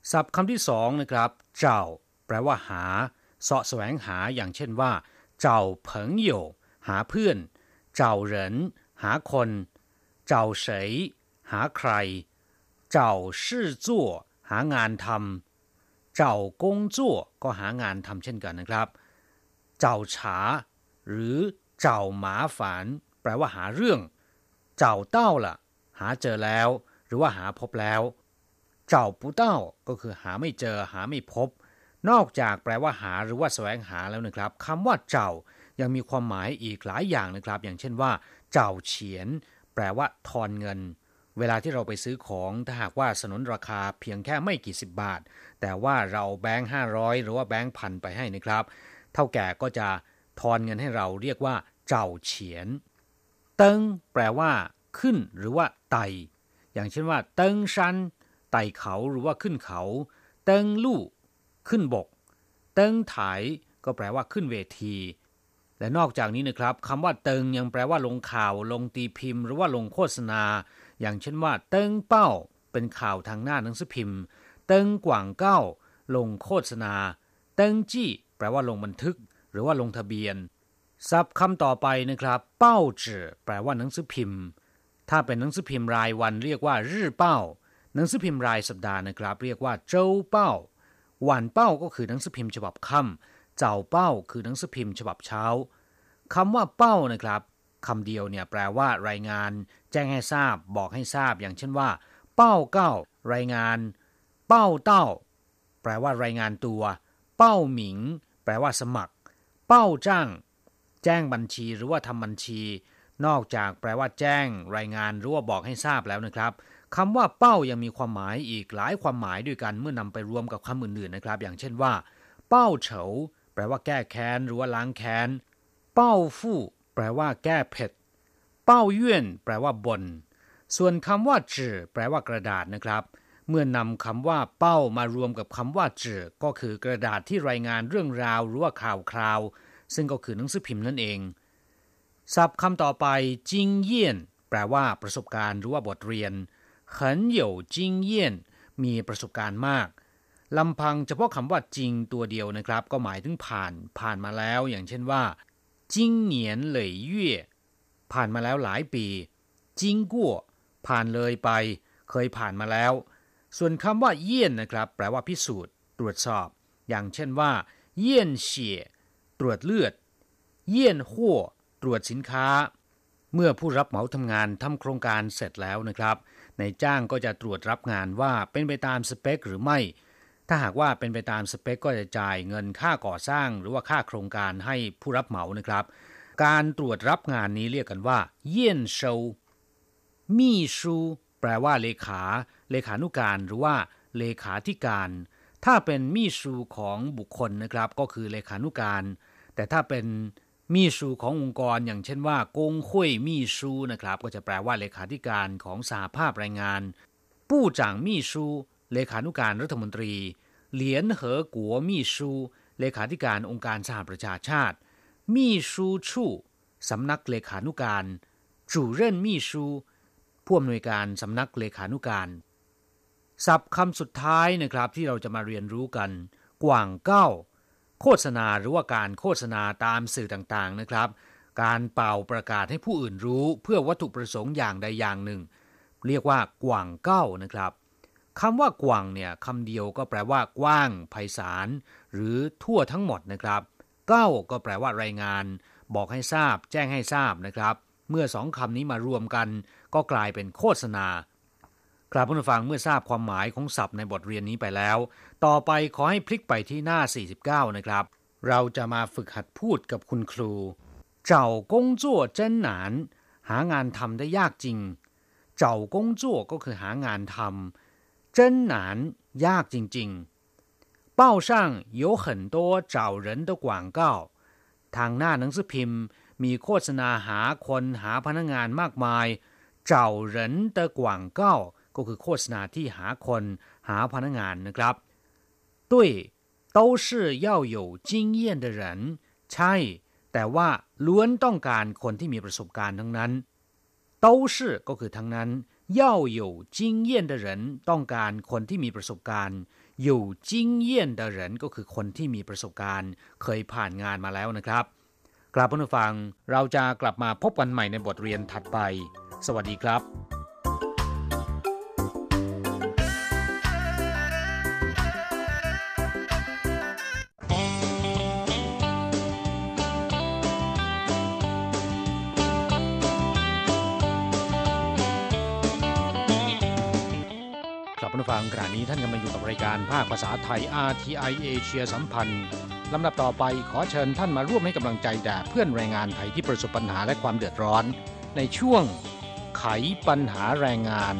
ศัพท์คำที่สองนะครับเจ้าแปลว่าหาเสาะแสวงหาอย่างเช่นว่าเจ้าเผิงโยหาเพื่อนเจ้าเหรินหาคนเจ้าเสยหาใครเจ้าชื่อจั่วหางานทำเจ้ากงจั่วก็หางานทำเช่นกันนะครับเจ้าฉาหรือเจ้าหมาฝานแปลว่าหาเรื่องเจ้าเต้าล่ะหาเจอแล้วหรือว่าหาพบแล้วเจ้าปูเต้าก็คือหาไม่เจอหาไม่พบนอกจากแปลว่าหาหรือว่าแสวงหาแล้วนะครับคำว่าเจ้ายังมีความหมายอีกหลายอย่างนะครับอย่างเช่นว่าเจ้าเฉียนแปลว่าทอนเงินเวลาที่เราไปซื้อของถ้าหากว่าสนนราคาเพียงแค่ไม่กี่สิบบาทแต่ว่าเราแบงค์ห้าร้อยหรือว่าแบงค์พันไปให้นะครับเท่าแก่ก็จะทอนเงินให้เราเรียกว่าเจ้าเฉียนเติ้งแปลว่าขึ้นหรือว่าไต่อย่างเช่นว่าเติ้งชันไต่เขาหรือว่าขึ้นเขาเติ้งลู่ขึ้นบกเติ้งไถก็แปลว่าขึ้นเวทีและนอกจากนี้นะครับคำว่าเติงยังแปลว่าลงข่าวลงตีพิมพ์หรือว่าลงโฆษณาอย่างเช่นว่าเติ้งเป้าเป็นข่าวทางหน้าหนังสือพิมพ์เติ้งกว่างเก้าลงโฆษณาเติ้งจี้แปลว่าลงบันทึกหรือว่าลงทะเบียนศัพท์คำต่อไปนะครับเป้าจื่อแปลว่าหนังสือพิมพ์ถ้าเป็นหนังสือพิมพ์รายวันเรียกว่ารื่อเป้าหนังสือพิมพ์รายสัปดาห์นะครับเรียกว่าเจ้าเป้าวันเป้าก็คือหนังสือพิมพ์ฉบับค่ำเจ้าเป้าคือหนังสือพิมพ์ฉบับเช้าคำว่าเป้านะครับคำเดียวเนี่ยแปลว่ารายงานแจ้งให้ทราบบอกให้ทราบอย่างเช่นว่าเป้าเก้ารายงานเป้าเต้าแปลว่ารายงานตัวเป้าหมิงแปลว่าสมัครเป้าจ้างแจ้งบัญชีหรือว่าทำบัญชีนอกจากแปลว่าแจ้งรายงานหรือว่าบอกให้ทราบแล้วนะครับคำว่าเป้ายังมีความหมายอีกหลายความหมายด้วยกันเมื่อนำไปรวมกับคำอื่นๆนะครับอย่างเช่นว่าเป้าเฉาแปลว่าแก้แค้นหรือว่าล้างแค้นเป้าฟู่แปลว่าแก้เผ็ดเป้าเยื่นแปลว่าบ่นส่วนคำว่าจื่อแปลว่ากระดาษนะครับเมื่อนำคำว่าเป้ามารวมกับคำว่าจื่อก็คือกระดาษที่รายงานเรื่องราวหรือว่าข่าวคราวซึ่งก็คือหนังสือพิมพ์นั่นเองศัพท์คำต่อไปจิงเยี่ยนแปลว่าประสบการณ์หรือว่าบทเรียน很有经验มีประสบการณ์มากลำพังเฉพาะคำว่าจริงตัวเดียวนะครับก็หมายถึงผ่านผ่านมาแล้วอย่างเช่นว่าจิงเหนียนเหล่ยเย่ผ่านมาแล้วหลายปีจิงกั่วผ่านเลยไปเคยผ่านมาแล้วส่วนคำว่าเยี่ยนนะครับแปลว่าพิสูจน์ตรวจสอบอย่างเช่นว่าเยี่ยนเฉี่ยตรวจเลือดเยี่ยนหั่วตรวจสินค้าเมื่อผู้รับเหมาทำงานทำโครงการเสร็จแล้วนะครับนายจ้างก็จะตรวจรับงานว่าเป็นไปตามสเปคหรือไม่ถ้าหากว่าเป็นไปตามสเปคก็จะจ่ายเงินค่าก่อสร้างหรือว่าค่าโครงการให้ผู้รับเหมานะครับการตรวจรับงานนี้เรียกกันว่าเยี่ยนเชามี่ชูแปลว่าเลขาเลขานุการหรือว่าเลขาธิการถ้าเป็นมี่ชูของบุคคลนะครับก็คือเลขานุการแต่ถ้าเป็นมี่ชูขององค์กรอย่างเช่นว่ากงคุยมี่ชูนะครับก็จะแปลว่าเลขาธิการของสหภาพแรงงานผู้จ่างมี่ชูเลขานุการรัฐมนตรีเหลียนเหอกัวมี่ชูเลขาธิการองค์การสหประชาชาติมี่ชูชู่สำนักเลขานุการจู่เร่นมี่ชูผู้อำนวยการสำนักเลขานุการศัพท์คำสุดท้ายนะครับที่เราจะมาเรียนรู้กันกว่างเก้าโฆษณาหรือว่าการโฆษณาตามสื่อต่างๆนะครับการเป่าประกาศให้ผู้อื่นรู้เพื่อวัตถุประสงค์อย่างใดอย่างหนึ่งเรียกว่ากว่างเก้านะครับคำว่ากว่างเนี่ยคำเดียวก็แปลว่ากว้างไพศาลหรือทั่วทั้งหมดนะครับเก้าก็แปลว่ารายงานบอกให้ทราบแจ้งให้ทราบนะครับเมื่อสองคำนี้มารวมกันก็กลายเป็นโฆษณาครับผู้ฟังเมื่อทราบความหมายของศัพท์ในบทเรียนนี้ไปแล้วต่อไปขอให้พลิกไปที่หน้าสี่สิบเก้านะครับเราจะมาฝึกหัดพูดกับคุณครูเจ้ากงจั่วเจิ้นหนานหางานทำได้ยากจริงเจ้ากงจั่วก็คือหางานทำเจิ้นหนานยากจริงๆ报上有很多找人的广告ทางหน้าหนังสือพิมพ์มีโฆษณาหาคนหาพนักงานมากมาย找人的广告ก็คือโฆษณาที่หาคนหาพนักงานนะครับ对都是要有经验的人ใช่แต่ว่าล้วนต้องการคนที่มีประสบการณ์ทั้งนั้น都是ก็คือทั้งนั้น要有经验的人ต้องการคนที่มีประสบการณ์有经验的人ก็คือคนที่มีประสบการณ์เคยผ่านงานมาแล้วนะครับกลับมาฟังเราจะกลับมาพบกันใหม่ในบทเรียนถัดไปสวัสดีครับผู้ฟังขณะนี้ท่านกำลังอยู่กับรายการภาคภาษาไทย อาร์ ที ไอ เอเชียสัมพันธ์ลำดับต่อไปขอเชิญท่านมาร่วมให้กำลังใจแด่เพื่อนแรงงานไทยที่ประสบปัญหาและความเดือดร้อนในช่วงไขปัญหาแรงงาน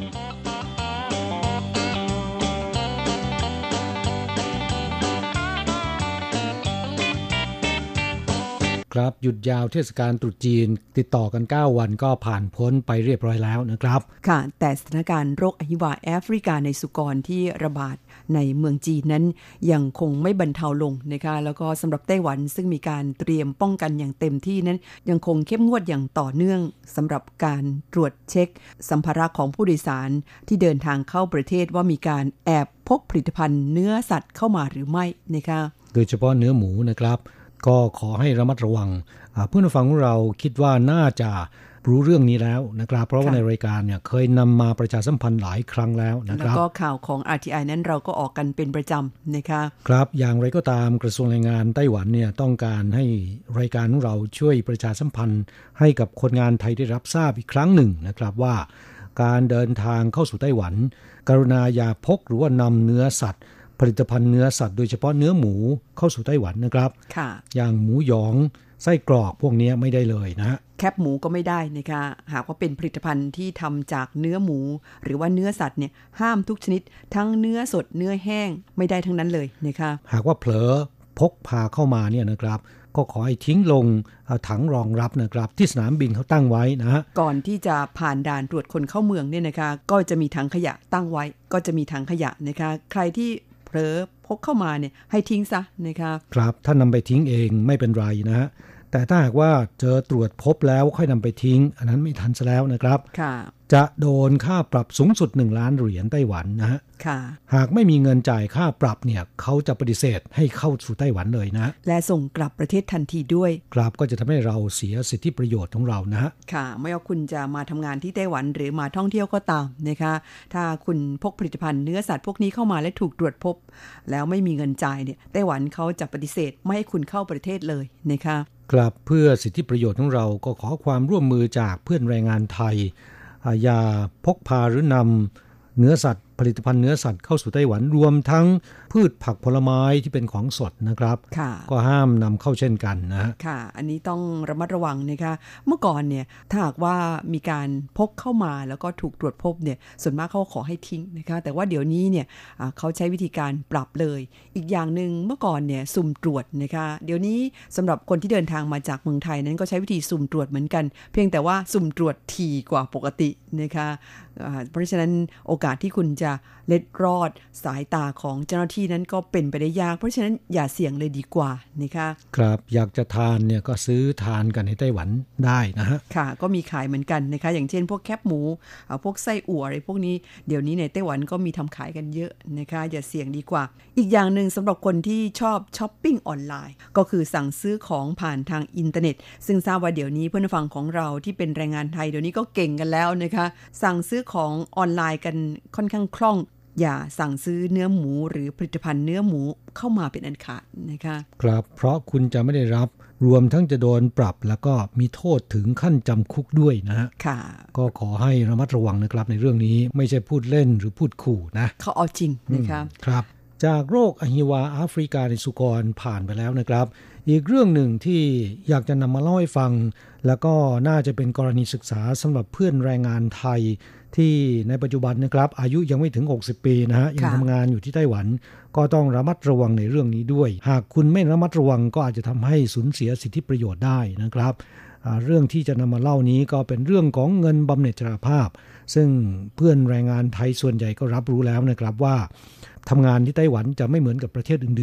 ครับหยุดยาวเทศกาลตรุษจีนติดต่อกันเก้าวันก็ผ่านพ้นไปเรียบร้อยแล้วนะครับค่ะแต่สถานการณ์โรคอหิวาแอฟริกาในสุกรที่ระบาดในเมืองจีนนั้นยังคงไม่บรรเทาลงนะคะแล้วก็สำหรับไต้หวันซึ่งมีการเตรียมป้องกันอย่างเต็มที่นั้นยังคงเข้มงวดอย่างต่อเนื่องสำหรับการตรวจเช็คสัมภาระของผู้โดยสารที่เดินทางเข้าประเทศว่ามีการแอบพกผลิตภัณฑ์เนื้อสัตว์เข้ามาหรือไม่นะคะโดยเฉพาะเนื้อหมูนะครับก็ขอให้ระมัดระวังเพื่อนผู้ฟังของเราคิดว่าน่าจะรู้เรื่องนี้แล้วนะครับเพราะว่าในรายการเนี่ยเคยนำมาประชาสัมพันธ์หลายครั้งแล้วนะครับแล้วก็ข่าวของ อาร์ ที ไอ นั้นเราก็ออกกันเป็นประจำนะคะครับอย่างไรก็ตามกระทรวงแรงงานไต้หวันเนี่ยต้องการให้รายการของเราช่วยประชาสัมพันธ์ให้กับคนงานไทยได้รับทราบอีกครั้งหนึ่งนะครับว่าการเดินทางเข้าสู่ไต้หวันกรุณาอย่าพกหรือว่านำเนื้อสัตว์ผลิตภัณฑ์เนื้อสัตว์โดยเฉพาะเนื้อหมูเข้าสู่ไต้หวันนะครับค่ะอย่างหมูหยองไส้กรอกพวกนี้ไม่ได้เลยนะแคบหมูก็ไม่ได้นะคะหากว่าเป็นผลิตภัณฑ์ที่ทำจากเนื้อหมูหรือว่าเนื้อสัตว์เนี่ยห้ามทุกชนิดทั้งเนื้อสดเนื้อแห้งไม่ได้ทั้งนั้นเลยนะคะหากว่าเผลอพกพาเข้ามาเนี่ยนะครับก็ขอให้ทิ้งลงถังรองรับนะครับที่สนามบินเขาตั้งไว้นะก่อนที่จะผ่านด่านตรวจคนเข้าเมืองเนี่ยนะคะก็จะมีถังขยะตั้งไว้ก็จะมีถังขยะนะคะใครที่เผลอพกเข้ามาเนี่ยให้ทิ้งซะนะคะครับถ้านำไปทิ้งเองไม่เป็นไรนะฮะแต่ถ้าหากว่าเจอตรวจพบแล้วค่อยนำไปทิ้งอันนั้นไม่ทันซะแล้วนะครับค่ะจะโดนค่าปรับสูงสุดหนึ่งล้านเหรียญไต้หวันนะฮะค่ะหากไม่มีเงินจ่ายค่าปรับเนี่ยเขาจะปฏิเสธให้เข้าสู่ไต้หวันเลยนะและส่งกลับประเทศทันทีด้วยครับก็จะทำให้เราเสียสิทธิประโยชน์ของเรานะฮะค่ะไม่ว่าคุณจะมาทำงานที่ไต้หวันหรือมาท่องเที่ยวก็ตามนะคะถ้าคุณพกผลิตภัณฑ์เนื้อสัตว์พวกนี้เข้ามาและถูกตรวจพบแล้วไม่มีเงินจ่ายเนี่ยไต้หวันเขาจะปฏิเสธไม่ให้คุณเข้าประเทศเลยนะคะกลับเพื่อสิทธิประโยชน์ของเราก็ขอความร่วมมือจากเพื่อนแรงงานไทยอย่าพกพาหรือนำเนื้อสัตว์ผลิตภัณฑ์เนื้อสัตว์เข้าสู่ไต้หวันรวมทั้งพืชผักผลไม้ที่เป็นของสดนะครับก็ห้ามนำเข้าเช่นกันนะค่ะอันนี้ต้องระมัดระวังนะคะเมื่อก่อนเนี่ยถ้าหากว่ามีการพกเข้ามาแล้วก็ถูกตรวจพบเนี่ยส่วนมากเขาขอให้ทิ้งนะคะแต่ว่าเดี๋ยวนี้เนี่ยเขาใช้วิธีการปรับเลยอีกอย่างนึงเมื่อก่อนเนี่ยสุ่มตรวจนะคะเดี๋ยวนี้สำหรับคนที่เดินทางมาจากเมืองไทยนั้นก็ใช้วิธีสุ่มตรวจเหมือนกันเพียงแต่ว่าสุ่มตรวจถี่กว่าปกตินะคะเพราะฉะนั้นโอกาสที่คุณจะเล็ดรอดสายตาของเจ้าหน้าที่นั้นก็เป็นไปได้ยากเพราะฉะนั้นอย่าเสี่ยงเลยดีกว่านะคะครับอยากจะทานเนี่ยก็ซื้อทานกันในไต้หวันได้นะฮะค่ะก็มีขายเหมือนกันนะคะอย่างเช่นพวกแคบหมูพวกไส้อั่วอะไรพวกนี้เดี๋ยวนี้ในไต้หวันก็มีทำขายกันเยอะนะคะอย่าเสี่ยงดีกว่าอีกอย่างนึงสำหรับคนที่ชอบช้อปปิ้งออนไลน์ก็คือสั่งซื้อของผ่านทางอินเทอร์เน็ตซึ่งทราบว่าเดี๋ยวนี้เพื่อนฟังของเราที่เป็นแรงงานไทยเดี๋ยวนี้ก็เก่งกันแล้วนะคะสั่งซื้อของออนไลน์กันค่อนข้างคล่องอย่าสั่งซื้อเนื้อหมูหรือผลิตภัณฑ์เนื้อหมูเข้ามาเป็นอันขาดนะคะครับเพราะคุณจะไม่ได้รับรวมทั้งจะโดนปรับแล้วก็มีโทษถึงขั้นจำคุกด้วยนะฮะค่ะก็ขอให้ระมัดระวังนะครับในเรื่องนี้ไม่ใช่พูดเล่นหรือพูดขู่นะเขาเอาจริงนะคะครับจากโรคอหิวาแอฟริกาในสุกรผ่านไปแล้วนะครับอีกเรื่องหนึ่งที่อยากจะนำมาเล่าให้ฟังแล้วก็น่าจะเป็นกรณีศึกษาสำหรับเพื่อนแรงงานไทยที่ในปัจจุบันนะครับอายุยังไม่ถึงหกสิบปีนะฮะยังทำงานอยู่ที่ไต้หวันก็ต้องระมัดระวังในเรื่องนี้ด้วยหากคุณไม่ระมัดระวังก็อาจจะทำให้สูญเสียสิทธิประโยชน์ได้นะครับเรื่องที่จะนำมาเล่านี้ก็เป็นเรื่องของเงินบำเหน็จชราภาพซึ่งเพื่อนแรงงานไทยส่วนใหญ่ก็รับรู้แล้วนะครับว่าทำงานที่ไต้หวันจะไม่เหมือนกับประเทศอื่นๆ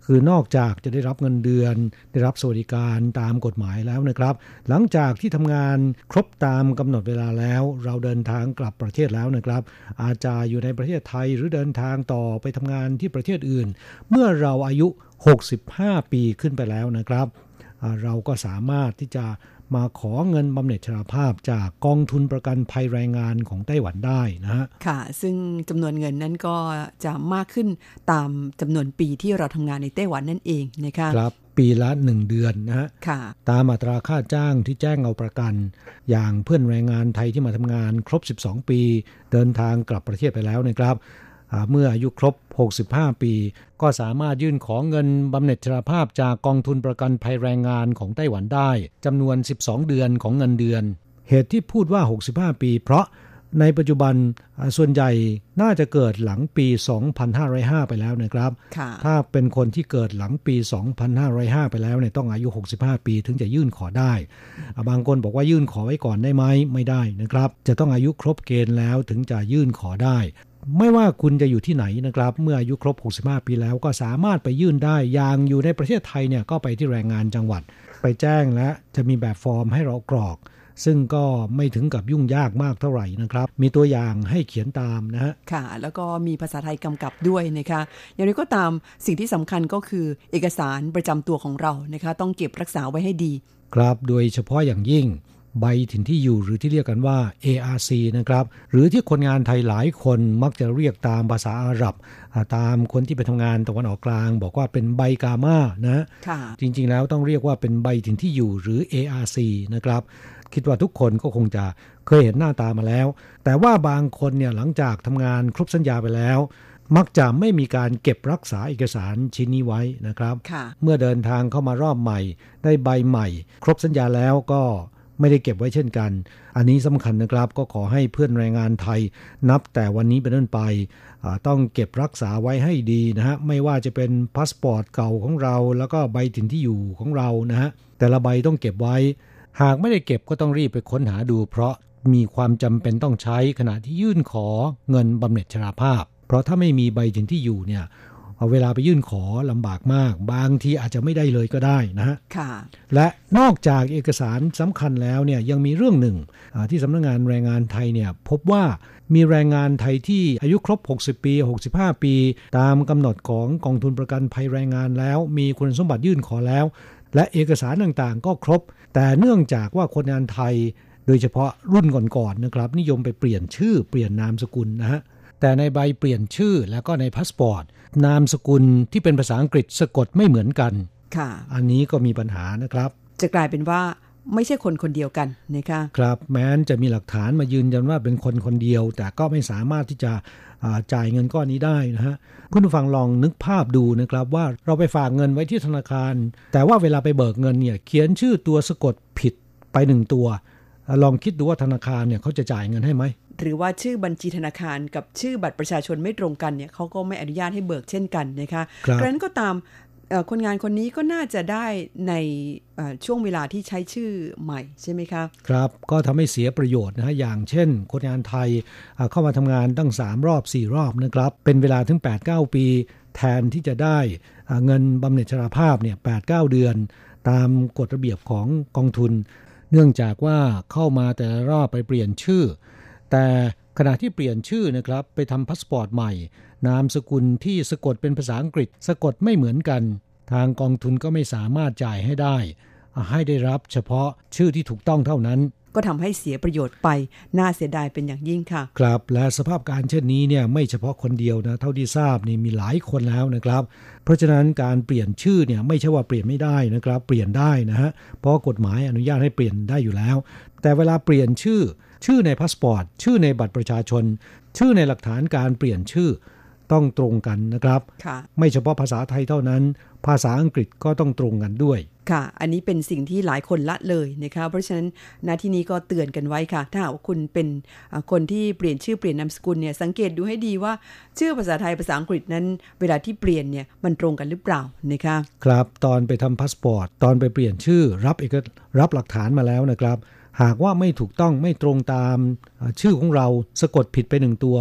คือนอกจากจะได้รับเงินเดือนได้รับสวัสดิการตามกฎหมายแล้วนะครับหลังจากที่ทำงานครบตามกำหนดเวลาแล้วเราเดินทางกลับประเทศแล้วนะครับอาจจะอยู่ในประเทศไทยหรือเดินทางต่อไปทำงานที่ประเทศอื่นเมื่อเราอายุหกสิบห้าปีขึ้นไปแล้วนะครับเราก็สามารถที่จะมาขอเงินบำเหน็จชราภาพจากกองทุนประกันภัยแรงงานของไต้หวันได้นะฮะค่ะซึ่งจำนวนเงินนั้นก็จะมากขึ้นตามจำนวนปีที่เราทำงานในไต้หวันนั่นเองนะคะครับปีละหนึ่งเดือนนะฮะค่ะตามอัตราค่าจ้างที่แจ้งเอาประกันอย่างเพื่อนแรงงานไทยที่มาทำงานครบสิบสองปีเดินทางกลับประเทศไปแล้วนะครับเมื่ออายุครบหกสิบห้าปีก็สามารถยื่นขอเงินบำเหน็จชราภาพจากกองทุนประกันภัยแรงงานของไต้หวันได้จำนวนสิบสองเดือนของเงินเดือนเหตุที่พูดว่าหกสิบห้าปีเพราะในปัจจุบันส่วนใหญ่น่าจะเกิดหลังปีสองพันห้าร้อยห้าไปแล้วนะครับถ้าเป็นคนที่เกิดหลังปีสองพันห้าร้อยห้าไปแล้วเนี่ยต้องอายุหกสิบห้าปีถึงจะยื่นขอได้บางคนบอกว่ายื่นขอไว้ก่อนได้ไหมไม่ได้นะครับจะต้องอายุครบเกณฑ์แล้วถึงจะยื่นขอได้ไม่ว่าคุณจะอยู่ที่ไหนนะครับเมื่ออายุครบหกสิบห้าปีแล้วก็สามารถไปยื่นได้อย่างอยู่ในประเทศไทยเนี่ยก็ไปที่แรงงานจังหวัดไปแจ้งและจะมีแบบฟอร์มให้เรากรอกซึ่งก็ไม่ถึงกับยุ่งยากมากเท่าไหร่นะครับมีตัวอย่างให้เขียนตามนะฮะค่ะแล้วก็มีภาษาไทยกำกับด้วยนะคะอย่างไรก็ตามสิ่งที่สำคัญก็คือเอกสารประจำตัวของเรานะคะต้องเก็บรักษาไว้ให้ดีครับโดยเฉพาะอย่างยิ่งใบถิ่นที่อยู่หรือที่เรียกกันว่า เอ อาร์ ซี นะครับหรือที่คนงานไทยหลายคนมักจะเรียกตามภาษาอาหรับตามคนที่ไปทำงานตะวันออกกลางบอกว่าเป็นใบกาม่านะจริงๆแล้วต้องเรียกว่าเป็นใบถิ่นที่อยู่หรือ เอ อาร์ ซี นะครับคิดว่าทุกคนก็คงจะเคยเห็นหน้าตามาแล้วแต่ว่าบางคนเนี่ยหลังจากทำงานครบสัญญาไปแล้วมักจะไม่มีการเก็บรักษาเอกสารชิ้นนี้ไว้นะครับเมื่อเดินทางเข้ามารอบใหม่ได้ใบใหม่ครบสัญญาแล้วก็ไม่ได้เก็บไว้เช่นกันอันนี้สำคัญนะครับก็ขอให้เพื่อนแรงงานไทยนับแต่วันนี้เป็นต้นไปต้องเก็บรักษาไว้ให้ดีนะฮะไม่ว่าจะเป็นพาสปอร์ตเก่าของเราแล้วก็ใบถิ่นที่อยู่ของเรานะฮะแต่ละใบต้องเก็บไว้หากไม่ได้เก็บก็ต้องรีบไปค้นหาดูเพราะมีความจำเป็นต้องใช้ขณะที่ยื่นขอเงินบำเหน็จชราภาพเพราะถ้าไม่มีใบถิ่นที่อยู่เนี่ยเอาเวลาไปยื่นขอลำบากมากบางทีอาจจะไม่ได้เลยก็ได้นะฮะและนอกจากเอกสารสำคัญแล้วเนี่ยยังมีเรื่องหนึ่งที่สำนักงานแรงงานไทยเนี่ยพบว่ามีแรงงานไทยที่อายุครบหกสิบปีหกสิบห้าปีตามกำหนดของกองทุนประกันภัยแรงงานแล้วมีคุณสมบัติยื่นขอแล้วและเอกสารต่างๆก็ครบแต่เนื่องจากว่าคนงานไทยโดยเฉพาะรุ่นก่อนๆนะครับนิยมไปเปลี่ยนชื่อเปลี่ยนนามสกุลนะฮะแต่ในใบเปลี่ยนชื่อแล้วก็ในพาสปอร์ตนามสกุลที่เป็นภาษาอังกฤษสะกดไม่เหมือนกันค่ะอันนี้ก็มีปัญหานะครับจะกลายเป็นว่าไม่ใช่คนคนเดียวกันนะคะครับแม้นจะมีหลักฐานมายืนยันว่าเป็นคนคนเดียวแต่ก็ไม่สามารถที่จะจ่ายเงินก้อนนี้ได้นะฮะคุณผู้ฟังลองนึกภาพดูนะครับว่าเราไปฝากเงินไว้ที่ธนาคารแต่ว่าเวลาไปเบิกเงินเนี่ยเขียนชื่อตัวสะกดผิดไปหนึ่งตัวลองคิดดูว่าธนาคารเนี่ยเขาจะจ่ายเงินให้ไหมหรือว่าชื่อบัญชีธนาคารกับชื่อบัตรประชาชนไม่ตรงกันเนี่ยเขาก็ไม่อนุญาตให้เบิกเช่นกันนะคะเพราะฉะนั้นก็ตามคนงานคนนี้ก็น่าจะได้ในช่วงเวลาที่ใช้ชื่อใหม่ใช่ไหมคะครับก็ทำให้เสียประโยชน์นะฮะอย่างเช่นคนงานไทยเข้ามาทำงานตั้งสามรอบสี่รอบนะครับเป็นเวลาถึง แปดถึงเก้า ปีแทนที่จะได้เงินบำเหน็จชราภาพเนี่ย แปดถึงเก้า เดือนตามกฎระเบียบของกองทุนเนื่องจากว่าเข้ามาแต่ละรอบไปเปลี่ยนชื่อแต่ขณะที่เปลี่ยนชื่อนะครับไปทำพาสปอร์ตใหม่นามสกุลที่สะกดเป็นภาษาอังกฤษสะกดไม่เหมือนกันทางกองทุนก็ไม่สามารถจ่ายให้ได้ให้ได้รับเฉพาะชื่อที่ถูกต้องเท่านั้นก็ทำให้เสียประโยชน์ไปน่าเสียดายเป็นอย่างยิ่งค่ะครับและสภาพการเช่นนี้เนี่ยไม่เฉพาะคนเดียวนะเท่าที่ทราบนี่มีหลายคนแล้วนะครับเพราะฉะนั้นการเปลี่ยนชื่อเนี่ยไม่ใช่ว่าเปลี่ยนไม่ได้นะครับเปลี่ยนได้นะฮะเพราะกฎหมายอนุญาตให้เปลี่ยนได้อยู่แล้วแต่เวลาเปลี่ยนชื่อชื่อในพาสปอร์ตชื่อในบัตรประชาชนชื่อในหลักฐานการเปลี่ยนชื่อต้องตรงกันนะครับไม่เฉพาะภาษาไทยเท่านั้นภาษาอังกฤษก็ต้องตรงกันด้วยค่ะอันนี้เป็นสิ่งที่หลายคนละเลยนะคะเพราะฉะนั้นณที่นี้ก็เตือนกันไว้ค่ะถ้าหากว่าคุณเป็นคนที่เปลี่ยนชื่อเปลี่ยนนามสกุลเนี่ยสังเกตดูให้ดีว่าชื่อภาษาไทยภาษาอังกฤษนั้นเวลาที่เปลี่ยนเนี่ยมันตรงกันหรือเปล่านะคะครับตอนไปทำพาสปอร์ตตอนไปเปลี่ยนชื่อรับเอกรับหลักฐานมาแล้วนะครับหากว่าไม่ถูกต้องไม่ตรงตามชื่อของเราสะกดผิดไปหนึ่งตัว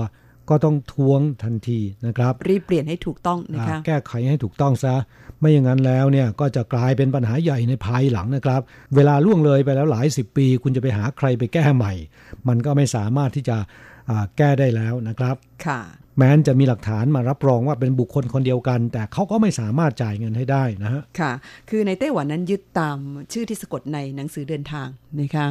ก็ต้องท้วงทันทีนะครับรีบเปลี่ยนให้ถูกต้องนะคะแก้ไขให้ถูกต้องซะไม่อย่างนั้นแล้วเนี่ยก็จะกลายเป็นปัญหาใหญ่ในภายหลังนะครับเวลาล่วงเลยไปแล้วหลายสิบปีคุณจะไปหาใครไปแก้ใหม่มันก็ไม่สามารถที่จะแก้ได้แล้วนะครับค่ะแม้นจะมีหลักฐานมารับรองว่าเป็นบุคคลคนเดียวกันแต่เขาก็ไม่สามารถจ่ายเงินให้ได้นะฮะค่ะคือในไต้หวันนั้นยึดตามชื่อที่สะกดในหนังสือเดินทางนะคะ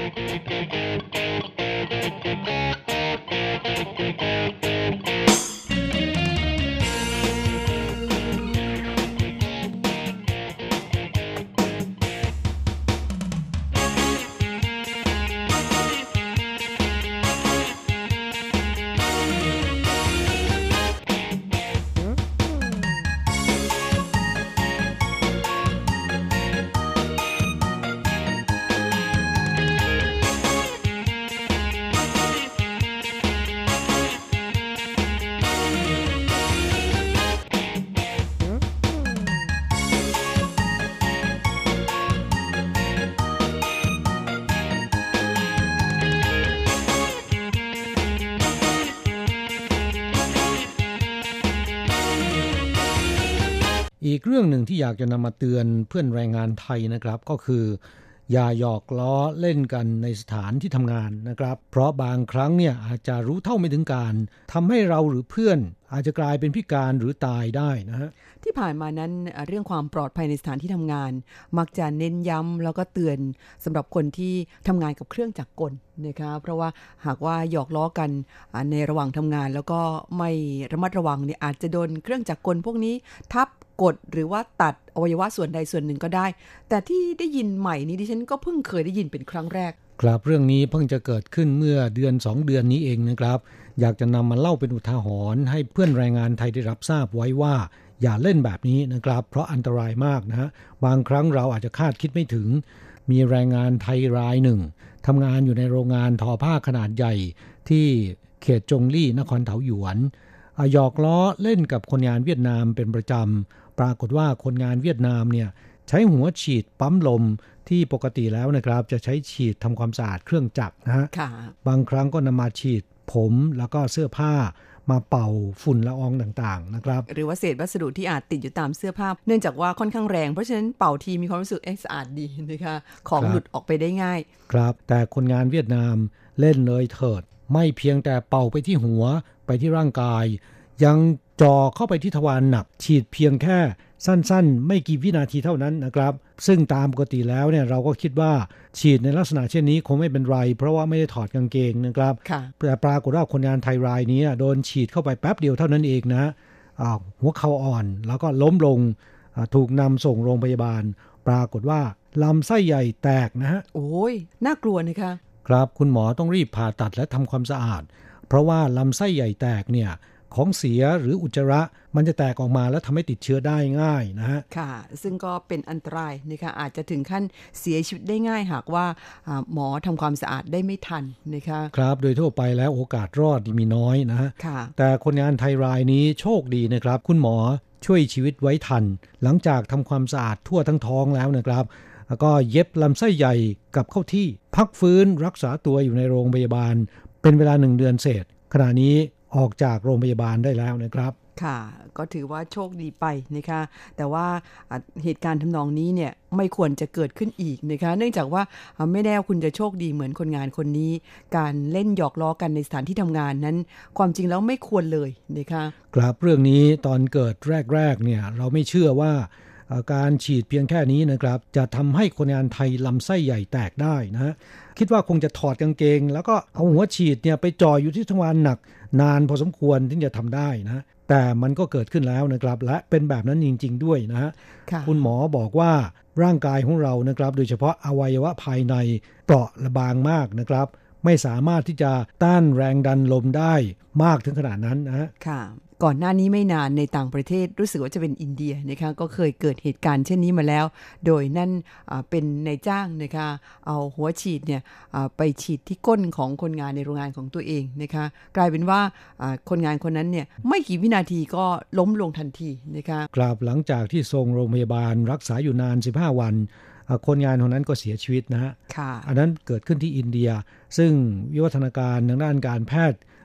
อีกเรื่องหนึ่งที่อยากจะนำมาเตือนเพื่อนแรงงานไทยนะครับก็คืออย่าหยอกล้อเล่นกันในสถานที่ทำงานนะครับเพราะบางครั้งเนี่ยอาจจะรู้เท่าไม่ถึงการทำให้เราหรือเพื่อนอาจจะกลายเป็นพิการหรือตายได้นะฮะที่ผ่านมานั้นเรื่องความปลอดภัยในสถานที่ทำงานมักจะเน้นย้ำแล้วก็เตือนสำหรับคนที่ทำงานกับเครื่องจักรกลนะคะเพราะว่าหากว่าหยอกล้อกันในระหว่างทำงานแล้วก็ไม่ระมัดระวังเนี่ยอาจจะโดนเครื่องจักรกลพวกนี้ทับกดหรือว่าตัดอวัยวะส่วนใดส่วนหนึ่งก็ได้แต่ที่ได้ยินใหม่นี้ดิฉันก็เพิ่งเคยได้ยินเป็นครั้งแรกครับเรื่องนี้เพิ่งจะเกิดขึ้นเมื่อเดือนสองเดือนนี้เองนะครับอยากจะนำมาเล่าเป็นอุทาหรณ์ให้เพื่อนแรงงานไทยได้รับทราบไว้ว่าอย่าเล่นแบบนี้นะครับเพราะอันตรายมากนะฮะบางครั้งเราอาจจะคาดคิดไม่ถึงมีแรงงานไทยรายหนึ่งทำงานอยู่ในโรงงานทอผ้าขนาดใหญ่ที่เขตจงลี่นครเถาหยวนหยอกล้อเล่นกับคนงานเวียดนามเป็นประจำปรากฏว่าคนงานเวียดนามเนี่ยใช้หัวฉีดปั๊มลมที่ปกติแล้วนะครับจะใช้ฉีดทำความสะอาดเครื่องจักรนะฮะบางครั้งก็นำมาฉีดผมแล้วก็เสื้อผ้ามาเป่าฝุ่นละอองต่างๆนะครับหรือว่าเศษวัสดุที่อาจติดอยู่ตามเสื้อผ้าเนื่องจากว่าค่อนข้างแรงเพราะฉะนั้นเป่าทีมีความรู้สึกเอ๊ะสะอาดดีนะคะของหลุดออกไปได้ง่ายครับแต่คนงานเวียดนามเล่นเลยเถิดไม่เพียงแต่เป่าไปที่หัวไปที่ร่างกายยังจ่อเข้าไปที่ทวารหนักฉีดเพียงแค่สั้นๆไม่กี่วินาทีเท่านั้นนะครับซึ่งตามปกติแล้วเนี่ยเราก็คิดว่าฉีดในลักษณะเช่นนี้คงไม่เป็นไรเพราะว่าไม่ได้ถอดกางเกงนะครับแต่ปรากฏว่าคนงานไทยรายนี้โดนฉีดเข้าไปแป๊บเดียวเท่านั้นเองนะหัวเข่าอ่อนแล้วก็ล้มลงถูกนำส่งโรงพยาบาลปรากฏว่าลำไส้ใหญ่แตกนะฮะโอ้ยน่ากลัวนะคะครับคุณหมอต้องรีบผ่าตัดและทำความสะอาดเพราะว่าลำไส้ใหญ่แตกเนี่ยของเสียหรืออุจจาระมันจะแตกออกมาแล้วทำให้ติดเชื้อได้ง่ายนะฮะค่ะซึ่งก็เป็นอันตรายนะคะอาจจะถึงขั้นเสียชีวิตได้ง่ายหากว่าหมอทำความสะอาดได้ไม่ทันนะคะครับโดยทั่วไปแล้วโอกาสรอดมีน้อยนะฮะแต่คนงานไทยรายนี้โชคดีนะครับคุณหมอช่วยชีวิตไว้ทันหลังจากทำความสะอาดทั่วทั้งท้องแล้วนะครับแล้วก็เย็บลำไส้ใหญ่กลับเข้าที่พักฟื้นรักษาตัวอยู่ในโรงพยาบาลเป็นเวลาหนึ่งเดือนเศษขณะนี้ออกจากโรงพยาบาลได้แล้วนะครับค่ะก็ถือว่าโชคดีไปนะคะแต่ว่าเหตุการณ์ทำนองนี้เนี่ยไม่ควรจะเกิดขึ้นอีกนะคะเนื่องจากว่าไม่แน่คุณจะโชคดีเหมือนคนงานคนนี้การเล่นหยอกล้อกันในสถานที่ทำงานนั้นความจริงแล้วไม่ควรเลยนะคะครับเรื่องนี้ตอนเกิดแรกๆเนี่ยเราไม่เชื่อว่าการฉีดเพียงแค่นี้นะครับจะทำให้คนงานไทยลำไส้ใหญ่แตกได้นะคิดว่าคงจะถอดกางเกงแล้วก็เอาหัวฉีดเนี่ยไปจ่ออยู่ที่ทวารหนักนานพอสมควรที่จะทำได้นะแต่มันก็เกิดขึ้นแล้วนะครับและเป็นแบบนั้นจริงๆด้วยนะฮะ คุณหมอบอกว่าร่างกายของเรานะครับโดยเฉพาะอวัยวะภายในเปราะบางมากนะครับไม่สามารถที่จะต้านแรงดันลมได้มากถึงขนาดนั้นนะฮะค่ะก่อนหน้านี้ไม่นานในต่างประเทศรู้สึกว่าจะเป็นอินเดียนะคะก็เคยเกิดเหตุการณ์เช่นนี้มาแล้วโดยนั่นเป็นนายจ้างนะคะเอาหัวฉีดเนี่ยไปฉีดที่ก้นของคนงานในโรงงานของตัวเองนะคะกลายเป็นว่าคนงานคนนั้นเนี่ยไม่กี่วินาทีก็ล้มลงทันทีนะคะกลับหลังจากที่ส่งโรงพยาบาลรักษาอยู่นานสิบห้าวันคนงานคนนั้นก็เสียชีวิตนะฮะอันนั้นเกิดขึ้นที่อินเดียซึ่งวิวัฒนาการทางด้านการแพทย์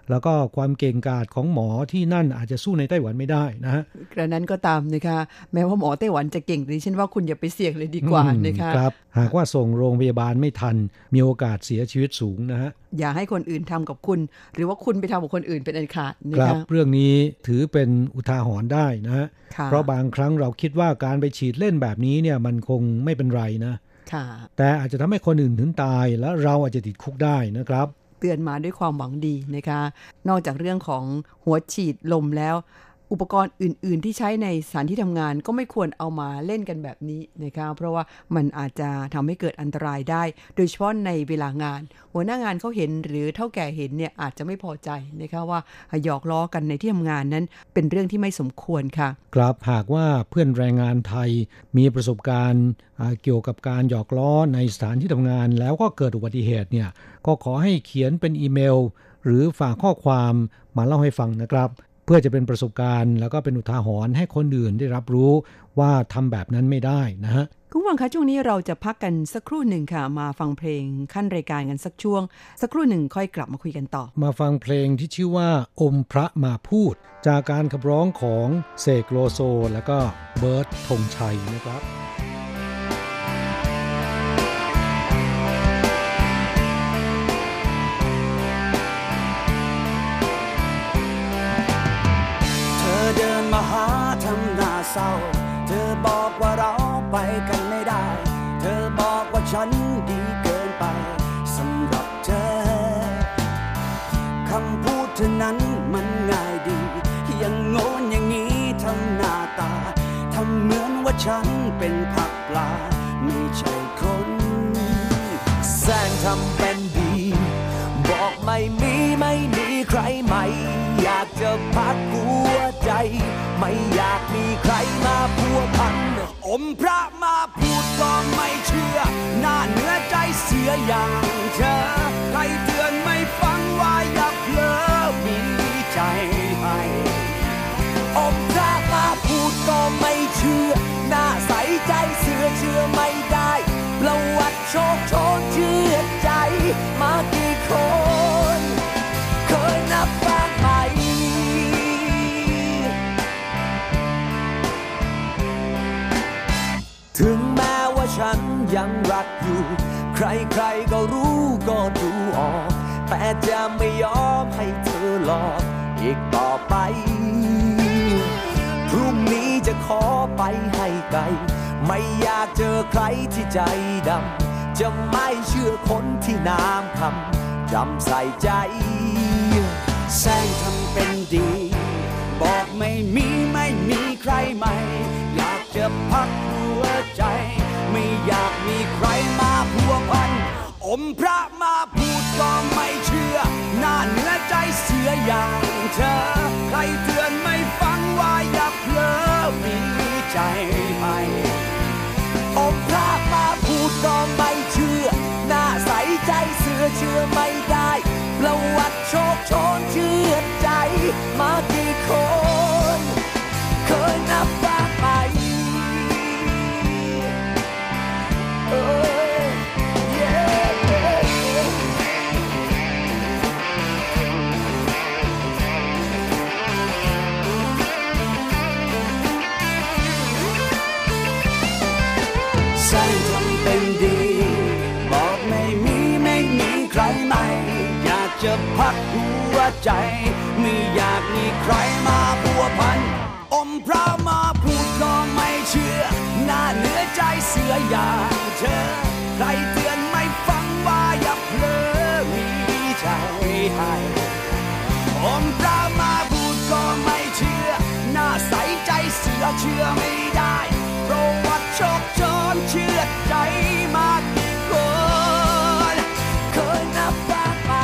แล้วก็ความเก่งกาจของหมอที่นั่นอาจจะสู้ในไต้หวันไม่ได้นะฮะกระนั้นก็ตามนะคะแม้ว่าหมอไต้หวันจะเก่งดิฉันว่าคุณอย่าไปเสี่ยงเลยดีกว่านะคะครับหากว่าส่งโรงพยาบาลไม่ทันมีโอกาสเสียชีวิตสูงนะฮะอย่าให้คนอื่นทำกับคุณหรือว่าคุณไปทำกับคนอื่นเป็นอันขาดนะคะเรื่องนี้ถือเป็นอุทาหรณ์ได้นะฮะเพราะบางครั้งเราคิดว่าการไปฉีดเล่นแบบนี้เนี่ยมันคงไม่เป็นไรนะแต่อาจจะทำให้คนอื่นถึงตายและเราอาจจะติดคุกได้นะครับเตือนมาด้วยความหวังดีนะคะนอกจากเรื่องของหัวฉีดลมแล้วอุปกรณ์อื่นๆที่ใช้ในสถานที่ทำงานก็ไม่ควรเอามาเล่นกันแบบนี้นะคะเพราะว่ามันอาจจะทำให้เกิดอันตรายได้โดยเฉพาะในเวลางานหัวหน้างานเขาเห็นหรือเท่าแก่เห็นเนี่ยอาจจะไม่พอใจนะคะว่าหยอกล้อกันในที่ทำงานนั้นเป็นเรื่องที่ไม่สมควรค่ะครับหากว่าเพื่อนแรงงานไทยมีประสบการณ์เกี่ยวกับการหยอกล้อในสถานที่ทำงานแล้วก็เกิดอุบัติเหตุเนี่ยก็ขอให้เขียนเป็นอีเมลหรือฝากข้อความมาเล่าให้ฟังนะครับเพื่อจะเป็นประสบการณ์แล้วก็เป็นอุทาหรณ์ให้คนอื่นได้รับรู้ว่าทำแบบนั้นไม่ได้นะฮะคุณผู้ฟังคะช่วงนี้เราจะพักกันสักครู่หนึ่งค่ะมาฟังเพลงขั้นรายการกันสักช่วงสักครู่หนึ่งค่อยกลับมาคุยกันต่อมาฟังเพลงที่ชื่อว่าอมพระมาพูดจากการขับร้องของเสกโลโซและก็เบิร์ตธงชัยนะครับเดินมาหาทำหน้าเศร้าเธอบอกว่าเราไปกันไม่ได้เธอบอกว่าฉันดีเกินไปสำหรับเธอคำพูดเธอนั้นมันง่ายดียังโง่อย่างนี้ทำหน้าตาทำเหมือนว่าฉันเป็นผักปลาไม่ใช่คนแสร้งทำเป็นดีบอกไม่มีไม่มีใครใหม่อยากจะพักหัวใจไม่อยากมีใครมาพัวพันอมพระมาพูดก็ไม่เชื่อหน้าเนื้อใจเสียอย่างเธอใครเตือนไม่ฟังว่าอย่าเผลอมีใจให้อมพระมาพูดก็ไม่เชื่อหน้าใสใจเสือเชื่อไม่ได้ประวัติโชคโชนเชื่อใจมากี่คนเคยนับบ้างไหมถึงแม้ว่าฉันยังรักอยู่ใครๆก็รู้ก็ดูออกแต่จะไม่ยอมให้เธอหลอกอีกต่อไปพรุ่งนี้จะขอไปให้ไกลไม่อยากเจอใครที่ใจดำจะไม่เชื่อคนที่น้ำคำจำใส่ใจแสร้งทำเป็นดีบอกไม่มีไม่มีใครใหม่อยากจะพักหัวใจไม่อยากมีใครมาพัวพันอมพระมาพูดก็ไม่เชื่อหน้าเนื้อใจเสืออย่างเธอใครเตือนไม่ฟังว่าอย่าเผลอมีใจให้อมพระมาพูดก็ไม่เชื่อหน้าใสใจเสือเชื่อไม่ได้ประวัติโชคโชนเชื่อใจมากี่คนเคยนับบ้างไหมโอ้เย่แสร้งทำเป็นดีบอกไม่มีไม่มีใครใหม่อยากจะพักหัวใจไม่อยากมีใครมาพัวพันอมพระมาพูดก็ไม่เชื่อหน้าเนื้อใจเสืออย่างเธอใครเตือนไม่ฟังว่าอย่าเผลอมีใจให้อมพระมาพูดก็ไม่เชื่อหน้าใสใจเสือเชื่อไม่ได้เพราะว่าโชคโชนเชื่อใจมากี่คนเคยนับบ้างไหม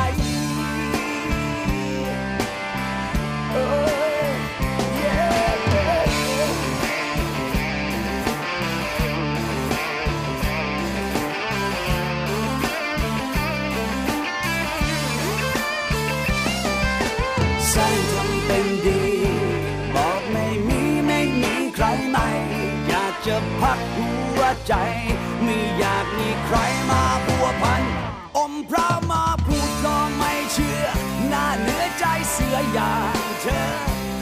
โอ้เย่แสร้งทำเป็นดีบอกไม่มีไม่มีใครใหม่อยากจะพักหัวใจไม่อยากมีใครมาพัวพันอมพระมาพูดก็ไม่เชื่อหน้าเนื้อใจ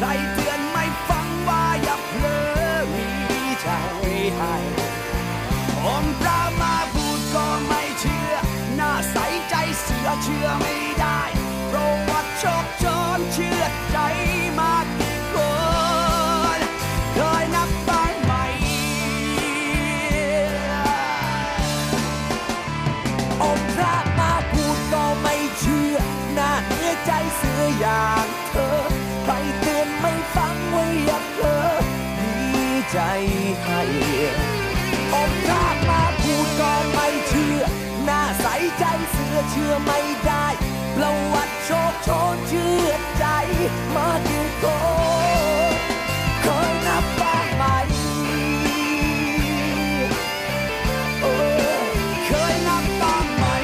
รเตือนไม่ฟังว่าอย่าเผลอมีใจให้องค์พระมาพูดก็ไม่เชื่อหน้าใสใจเสือเชื่อไม่ได้เพราะว่าโชคโชนเชื่อใจมากกี่คนเคยนับบ้างไหมองค์พระมาพูดก็ไม่เชื่อหน้าเนื้อใจเสืออย่างเธอใครเตือนไม่ฟังว่าอย่าเผลอมีใจให้องค์พระมาพูดก็ไม่เชื่อหน้าใสใจเสือเชื่อไม่ได้ประวัติโชคโชนเชื่อใจมากี่คนเคยนับบ้างไหมโอ้เคยนับบ้างไหม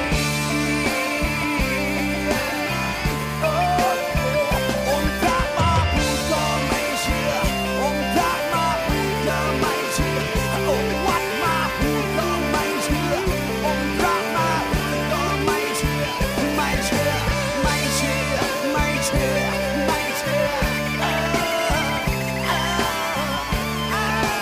โอ้องค์พระมาพูดก็ไม่เชื่อองค์พระมาพูดก็ไม่เชื่อองค์วัดมาพูดก็ไม่เชื่อองค์พระมาพูดก็ไม่เชื่อไม่เชื่อไม่เชื่อไม่เชื่อไม่เชื่อเออเออเอ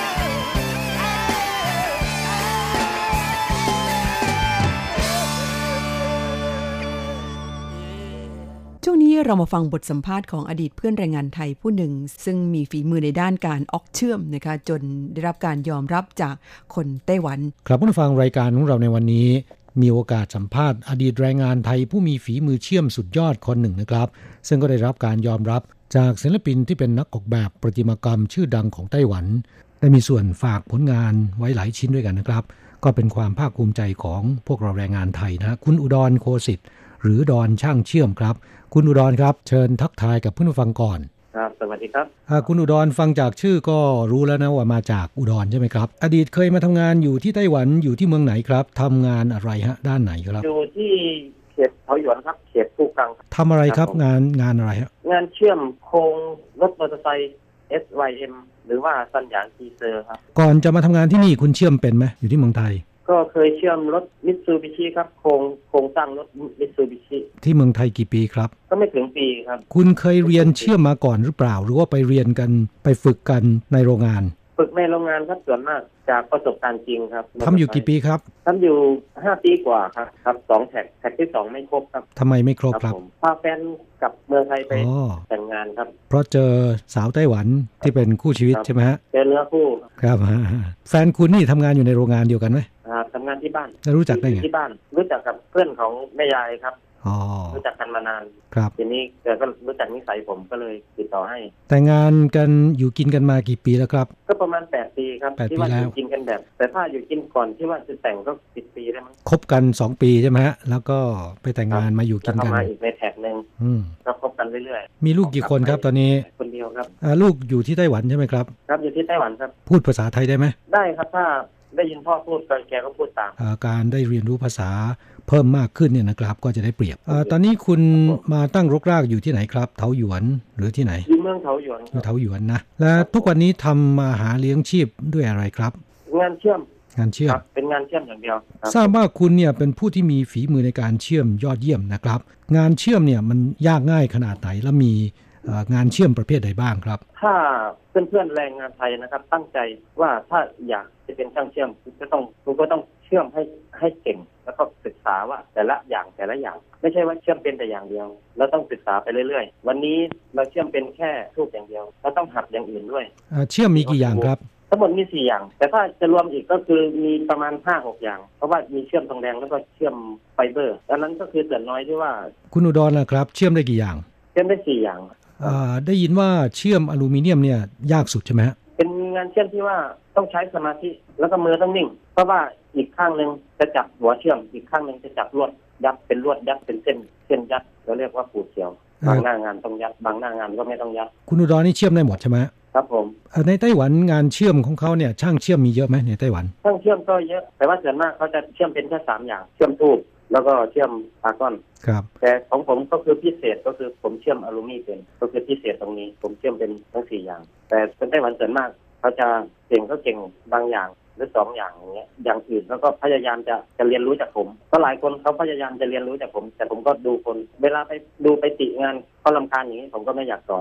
อช่วงนี้เรามาฟังบทสัมภาษณ์ของอดีตเพื่อนแรงงานไทยผู้หนึ่งซึ่งมีฝีมือในด้านการออกเชื่อมนะคะจนได้รับการยอมรับจากคนไต้หวันครับผู้ฟังรายการของเราในวันนี้มีโอกาสสัมภาษณ์อดีตแรงงานไทยผู้มีฝีมือเชื่อมสุดยอดคนหนึ่งนะครับซึ่งก็ได้รับการยอมรับจากศิลปินที่เป็นนักออกแบบประติมากรรมชื่อดังของไต้หวันได้มีส่วนฝากผลงานไว้หลายชิ้นด้วยกันนะครับก็เป็นความภาคภูมิใจของพวกเราแรงงานไทยนะคุณอุดรโคสิทธิ์หรือดอนช่างเชื่อมครับคุณอุดรครับเชิญทักทายกับผู้ฟังก่อนครับสวัสดีครับคุณอุดรฟังจากชื่อก็รู้แล้วนะว่ามาจากอุดรใช่ไหมครับอดีตเคยมาทำงานอยู่ที่ไต้หวันอยู่ที่เมืองไหนครับทำงานอะไรฮะด้านไหนครับอยู่ที่เขตเทาหยวนครับเขตผู้กังทำอะไรครับงานงานอะไรฮะงานเชื่อมโครงรถมอเตอร์ไซค์ เอส วาย เอ็ม หรือว่าสัญญาณทีเซอร์ครับก่อนจะมาทำงานที่นี่คุณเชื่อมเป็นไหมอยู่ที่เมืองไทยก็เคยเชื่อมรถมิตซูบิชิครับโครงโครงสร้างรถมิตซูบิชิที่เมืองไทยกี่ปีครับก็ไม่ถึงปีครับคุณเคยเรียนเชื่อมมาก่อนหรือเปล่าหรือว่าไปเรียนกันไปฝึกกันในโรงงานฝึกในโรงงานครับส่วนมากจากประสบการณ์จริงครับทำอยู่กี่ปีครับทำอยู่ห้าปีกว่าครับครับสองแท็กแท็กที่สองไม่ครบครับทำไมไม่ครบครับพาแฟนกลับเมืองไทยไปแต่งงานครับเพราะเจอสาวไต้หวันที่เป็นคู่ชีวิตใช่ไหมฮะเจอเนื้อคู่ครับแฟนคุณนี่ทำงานอยู่ในโรงงานเดียวกันไหมทำงานที่บ้านแล้วรู้จักได้ไงที่บ้านรู้จักกับเพื่อนของแม่ยายครับรู้จักกันมานานครับทีนี้แกก็รู้จักนิสัยผมก็เลยติดต่อให้แต่งงานกันอยู่กินกันมากี่ปีแล้วครับก็ประมาณแปดปีครับที่ว่าอยู่กินกันแบบแต่ถ้าอยู่กินก่อนที่ว่าจะแต่งก็สิบปีได้มั้งคบกันสองปีใช่ไหมฮะแล้วก็ไปแต่งงานมาอยู่กินกันมาอีกในแท็กนึงก็คบกันเรื่อยๆมีลูกกี่คนครับตอนนี้คนเดียวครับลูกอยู่ที่ไต้หวันใช่ไหมครับครับอยู่ที่ไต้หวันครับพูดภาษาไทยได้ไหมได้ครับถ้าได้ยินพ่อพูดแกก็พูดตามการได้เรียนรู้ภาษาเพิ่มมากขึ้นเนี่ยนะครับก็จะได้เปรียบตอนนี้คุณมาตั้งรกรากอยู่ที่ไหนครับเทาหยวนหรือที่ไหนอยู่เมืองเทาหยวนอยู่เทาหยวนนะและทุกวันนี้ทำมาหาเลี้ยงชีพด้วยอะไรครับงานเชื่อมงานเชื่อมเป็นงานเชื่อมอย่างเดียวทราบว่าคุณเนี่ยเป็นผู้ที่มีฝีมือในการเชื่อมยอดเยี่ยมนะครับงานเชื่อมเนี่ยมันยากง่ายขนาดไหนและมีงานเชื่อมประเภทใดบ้างครับถ้าเพื่อนๆแรงงานไทยนะครับตั้งใจว่าถ้าอยากจะเป็นช่างเชื่อมก็ต้องคุณก็ต้องเชื่อมให้ให้เก่งแล้วก็ศึกษาว่าแต่ละอย่างแต่ละอย่างไม่ใช่ว่าเชื่อมเป็นแต่อย่างเดียวเราต้องศึกษาไปเรื่อยๆวันนี้เราเชื่อมเป็นแค่ทูบอย่างเดียวเราต้องหัดอย่างอื่นด้วยเชื่อมมีกี่อย่างครับทั้งหมดมีสี่อย่างแต่ถ้าจะรวมอีกก็คือมีประมาณ ห้าหก อย่างเพราะว่ามีเชื่อมทองแดงแล้วก็เชื่อมไฟเบอร์ดังนั้นก็คือส่วนน้อยที่ว่าคุณอุดรนะครับเชื่อมได้กี่อย่างเชื่อมได้สี่อย่างได้ยินว่าเชื่อมอลูมิเนียมเนี่ยยากสุดใช่ไหมฮะเป็นงานเชื่อมที่ว่าต้องใช้สมาธิแล้วก็มือต้องนิ่งเพราะว่าอีกข้างนึงจะจับหัวเชื่อมอีกข้างนึงจะจับลวดยัดเป็นลวดยัดเป็นเส้นเส้นยัดเราเรียกว่าปูเขียวบางหน้างานต้องยัดบางหน้างานก็ไม่ต้องยัดคุณอุดรนี่เชื่อมได้หมดใช่ไหมครับผมในไต้หวันงานเชื่อมของเขาเนี่ยช่างเชื่อมมีเยอะไหมในไต้หวันช่างเชื่อมก็เยอะแต่ว่าส่วนมากเขาจะเชื่อมเป็นแค่สามอย่างเชื่อมทูบแล้วก็เชื่อมอาร์กอนครับแต่ของผมก็คือพิเศษก็คือผมเชื่อมอลูมิเนียมก็คือพิเศษตรงนี้ผมเชื่อมเป็นทั้งสี่อย่างแต่คนไต้หวันส่วนมากเขาจะเก่งก็เก่งบางอย่างหรือสองอย่างอย่างเงี้ยอย่างอื่นแล้วก็พยายามจะจะเรียนรู้จากผมก็หลายคนเขาพยายามจะเรียนรู้จากผมแต่ผมก็ดูคนเวลาไปดูไปติงานเขารำคาญอย่างนี้ผมก็ไม่อยากสอนหรอก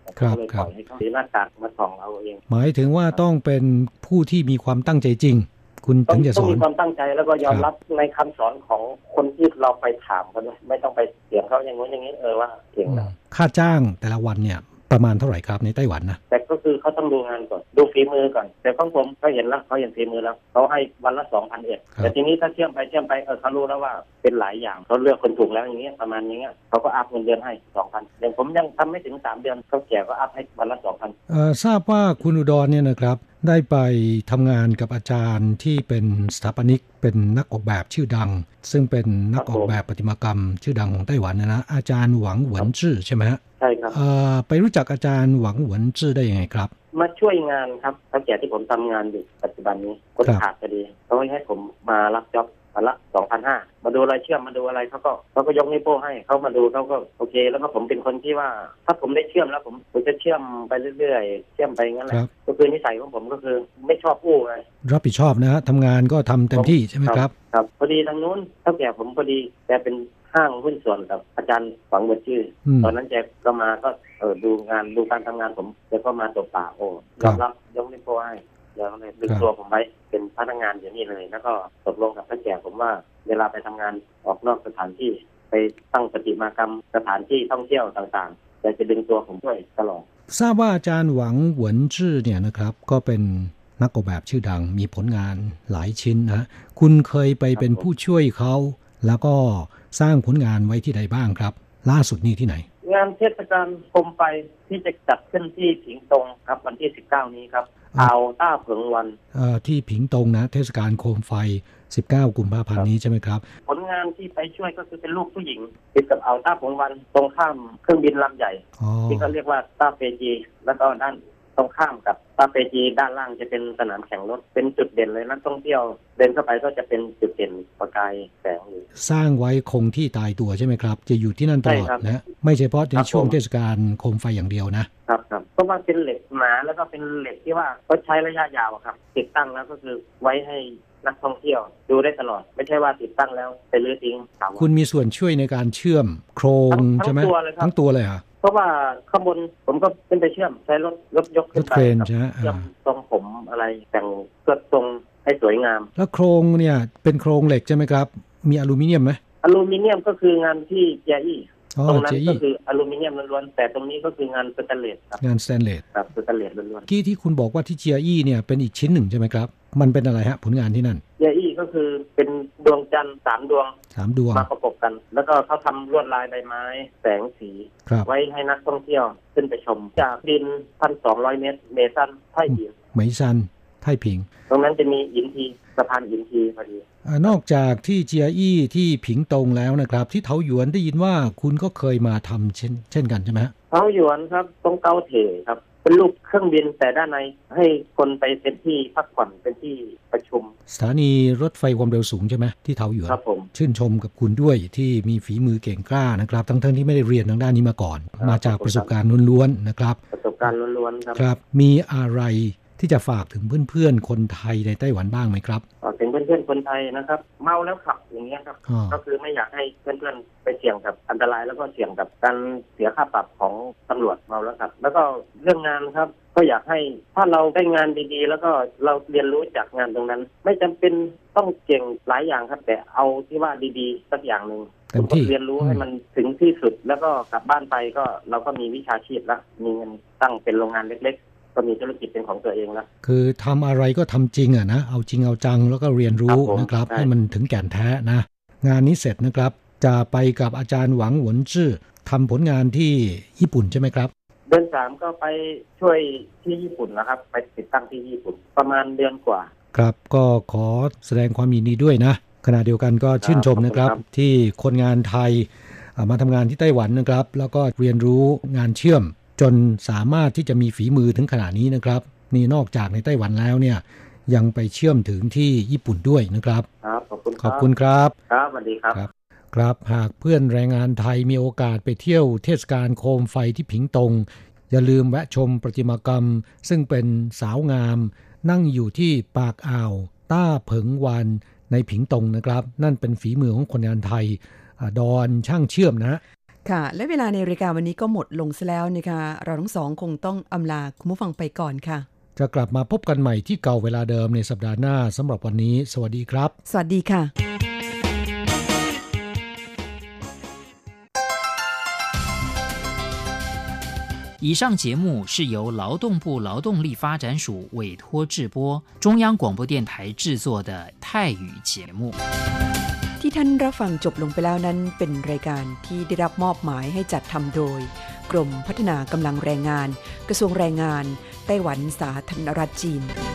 ครับเลยคปรัล่บอยให้เขาถือหน้ากากมาส่องเอาเองหมายถึงว่าต้องเป็นผู้ที่มีความตั้งใจจริง คุณต้อถึงงจะต้สองอนมีความตั้งใจแล้วก็ยอมรับในคำสอนของคนที่เราไปถามกันด้วยไม่ต้องไปเถียงเขาอย่างนู้นอย่างนี้เออว่าเถียงนะค่าจ้างแต่ละวันเนี่ยประมาณเท่าไหร่ครับในไต้หวันนะแต่ก็คือเขาต้องดูงานก่อนดูฝีมือก่อนแต่ของผมเขาเห็นแล้วเขาเห็นฝีมือแล้วเขาให้วันละสองพันเอ็ดแต่ทีนี้ถ้าเชื่อมไปเชื่อมไปเออเขารู้แล้วว่าเป็นหลายอย่างเขาเลือกคนถูกแล้วอย่างเงี้ยประมาณนี้เขาก็อัพเงินเดือนให้สองพันอย่างผมยังทำไม่ถึงสามเดือนเขาแก่ก็อัพให้วันละสองพันเอ่อทราบว่าคุณอุดรเนี่ยนะครับได้ไปทำงานกับอาจารย์ที่เป็นสถาปนิกเป็นนักออกแบบชื่อดัง ซึ่งเป็นนักออกแบบประติมากรรมชื่อดังของไต้หวันนะนะอาจารย์หวังหวนจื้อใช่ไหมฮะใช่ครับเอ่อไปรู้จักอาจารย์หวังหวนจื้อได้ยังไงครับมาช่วยงานครับเขาแก่ที่ผมทำงานอยู่ปัจจุบันนี้คนขาดพอดีเขาให้ผมมารับจ็อบวันละสองพันห้ามาดูอะไรเชื่อมมาดูอะไรเขาก็เขาก็ยกนิ้วโป้ให้เขามาดูเขาก็โอเคแล้วก็ผมเป็นคนที่ว่าถ้าผมได้เชื่อมแล้วผมผมจะเชื่อมไปเรื่อยๆเชื่อมไปงั้นแหละก็คือนิสัยของผมก็คือไม่ชอบอู้ไงรับผิดชอบนะฮะทำงานก็ทำเต็มที่ใช่ไหมครับครับพอดีทางนู้นเท่าแก่ผมพอดีแกเป็นห้างหุ้นส่วนกับอาจารย์หวังหวนจื้อตอนนั้นแกก็มาก็เออดูงานดูการทำงานผมแกก็มาตบปากโอ้ยอมรับยกนิ้วโป้ให้แล้วเลยดึงตัวผมไว้เป็นพนักงานอย่างนี้เลยแล้วก็ตกลงกับท่านแก่ผมว่าเวลาไปทำงานออกนอกสถานที่ไปตั้งประติมากรรมสถานที่ท่องเที่ยวต่างๆแต่จะดึงตัวผมด้วยตลอดทราบว่าอาจารย์หวังหวนจื้อเนี่ยนะครับก็เป็นนักออกแบบชื่อดังมีผลงานหลายชิ้นนะคุณเคยไปเป็นผู้ช่วยเขาแล้วก็สร้างผลงานไว้ที่ใดบ้างครับล่าสุดนี่ที่ไหนงานเทศกาลโคมไฟที่จะจัดขึ้นที่ผิงตงครับวันที่สิบเก้านี้ครับอ่าวต้าเผิงวันเอ่อที่ผิงตงนะเทศกาลโคมไฟสิบเก้ากุมภาพันธ์นี้ใช่ไหมครับผลงานที่ไปช่วยก็คือเป็นลูกผู้หญิงติดกับอ่าวต้าเผิงวันตรงข้ามเครื่องบินลำใหญ่ที่เขาเรียกว่าต้าเฟจีแล้วก็ด้านตรงข้ามกับต้าเฟจีด้านล่างจะเป็นสนามแข่งรถเป็นจุดเด่นเลยนักท่องเที่ยวเดินเข้าไปก็จะเป็นจุดเด่นประกายแสงอยู่สร้างไว้คงที่ตายตัวใช่ไหมครับจะอยู่ที่นั่นตลอดนะไม่เฉพาะในช่วงเทศกาลโคมไฟอย่างเดียวนะครับครับเพราะว่าเป็นเหล็กหนาแล้วก็เป็นเหล็กที่ว่าเขาใช้ระยะยาวครับติดตั้งแล้วก็คือไว้ให้นักท่องเที่ยวดูได้ตลอดไม่ใช่ว่าติดตั้งแล้วไปลื้อทิ้งคุณมีส่วนช่วยในการเชื่อมโครงใช่ไหมทั้งตัวเลยครับเพราะว่าข้างบนผมก็เป็นไปเชื่อมใช้รถรถยกขึ้นไปรถเครนใช่ไหมเชื่อมทรงผมอะไรแต่งเพื่อทรงให้สวยงามแล้วโครงเนี่ยเป็นโครงเหล็กใช่ไหมครับมีอลูมิเนียมไหมอลูมิเนียมก็คืองานที่เจียอี้ตรงนั้นก็คืออลูมิเนียมล้วนๆแต่ตรงนี้ก็คืองานสแตนเลสครับงานสแตนเลสครับสแตนเลสล้วนๆที่ที่คุณบอกว่าที่เจียอี้เนี่ยเป็นอีกชิ้นหนึ่งใช่ไหมครับมันเป็นอะไรฮะผลงานที่นั่นเจียอี้ก็คือเป็นดวงจันทร์สามดวงสามดวงมาประกบกันแล้วก็เขาทำลวดลายใบไม้แสงสีไว้ให้นักท่องเที่ยวขึ้นไปชมจากดิน หนึ่งพันสองร้อย เมตรเมซันไท่ผิงเหมยซันไท่ผิงตรงนั้นจะมีอินทีสะพานอินทีพอดีนอกจากที่เจียอี้ที่ผิงตงแล้วนะครับที่เถาหยวนได้ยินว่าคุณก็เคยมาทำเช่นเช่นกันใช่ไหมเถาหยวนครับตรงเกาเถครับเป็นรูปเครื่องบินแต่ด้านในให้คนไปเป็นที่พักผ่อนเป็นที่ประชุมสถานีรถไฟความเร็วสูงใช่ไหมที่เถาหยวนครับผมชื่นชมกับคุณด้วยที่มีฝีมือเก่งกล้านะครับทั้งๆที่ไม่ได้เรียนทางด้านนี้มาก่อนมาจากประสบการณ์ล้วนๆนะครับประสบการณ์ล้วนๆครับครับมีอะไรที่จะฝากถึงเพื่อนๆคนไทยในไต้หวันบ้างไหมครับฝากถึงเพื่อนๆคนไทยนะครับเมาแล้วขับอย่างเงี้ยครับก็คือไม่อยากให้เพื่อนๆไปเสี่ยงกับอันตรายแล้วก็เสี่ยงกับการเสียค่าปรับของตำรวจเมาแล้วขับแล้วก็เรื่องงานครับก็อยากให้ถ้าเราได้งานดีๆแล้วก็เราเรียนรู้จากงานตรงนั้นไม่จำเป็นต้องเก่งหลายอย่างครับแต่เอาที่ว่าดีๆสักอย่างนึงก็เรียนรู้ให้มันถึงที่สุดแล้วก็กลับบ้านไปก็เราก็มีวิชาชีพแล้วมีเงินตั้งเป็นโรงงานเล็กๆก็มีธุรกิจเป็นของตัวเองแล้วคือทำอะไรก็ทำจริงอ่ะนะเอาจริงเอาจังแล้วก็เรียนรู้นะครับให้มันถึงแก่นแท้นะงานนี้เสร็จนะครับจะไปกับอาจารย์หวังหวนจื้อทำผลงานที่ญี่ปุ่นใช่ไหมครับเดือนสามก็ไปช่วยที่ญี่ปุ่นนะครับไปติดตั้งที่ญี่ปุ่นประมาณเดือนกว่าครับก็ขอแสดงความยินดีด้วยนะขณะเดียวกันก็ชื่นชมนะครับที่คนงานไทยมาทำงานที่ไต้หวันนะครับแล้วก็เรียนรู้งานเชื่อมจนสามารถที่จะมีฝีมือถึงขนาดนี้นะครับนี่นอกจากในไต้หวันแล้วเนี่ยยังไปเชื่อมถึงที่ญี่ปุ่นด้วยนะครับครับขอบคุณขอบคุณครับครับสวัสดีครับครับหากเพื่อนแรงงานไทยมีโอกาสไปเที่ยวเทศกาลโคมไฟที่ผิงตงอย่าลืมแวะชมประติมากรรมซึ่งเป็นสาวงามนั่งอยู่ที่ปากอ่าวต้าเผิงวันในผิงตงนะครับนั่นเป็นฝีมือของคนงานไทยดอนช่างเชื่อมนะค่ะและเวลาในรายการวันนี้ก็หมดลงซะแล้วนะคะเราทั้งสองคงต้องอำลาคุณผู้ฟังไปก่อนค่ะจะกลับมาพบกันใหม่ที่เก่าเวลาเดิมในสัปดาห์หน้าสำหรับวันนี้สวัสดีครับสวัสดีค่ะ以上节目是由劳动部劳动力发展署委托制播，中央广播电台制作的泰语节目。 ที่ท่านรับฟังจบลงไปแล้วนั้นเป็นรายการที่ได้รับมอบหมายให้จัดทำโดยกรมพัฒนากำลังแรงงานกระทรวงแรงงานไต้หวันสาธารณรัฐจีน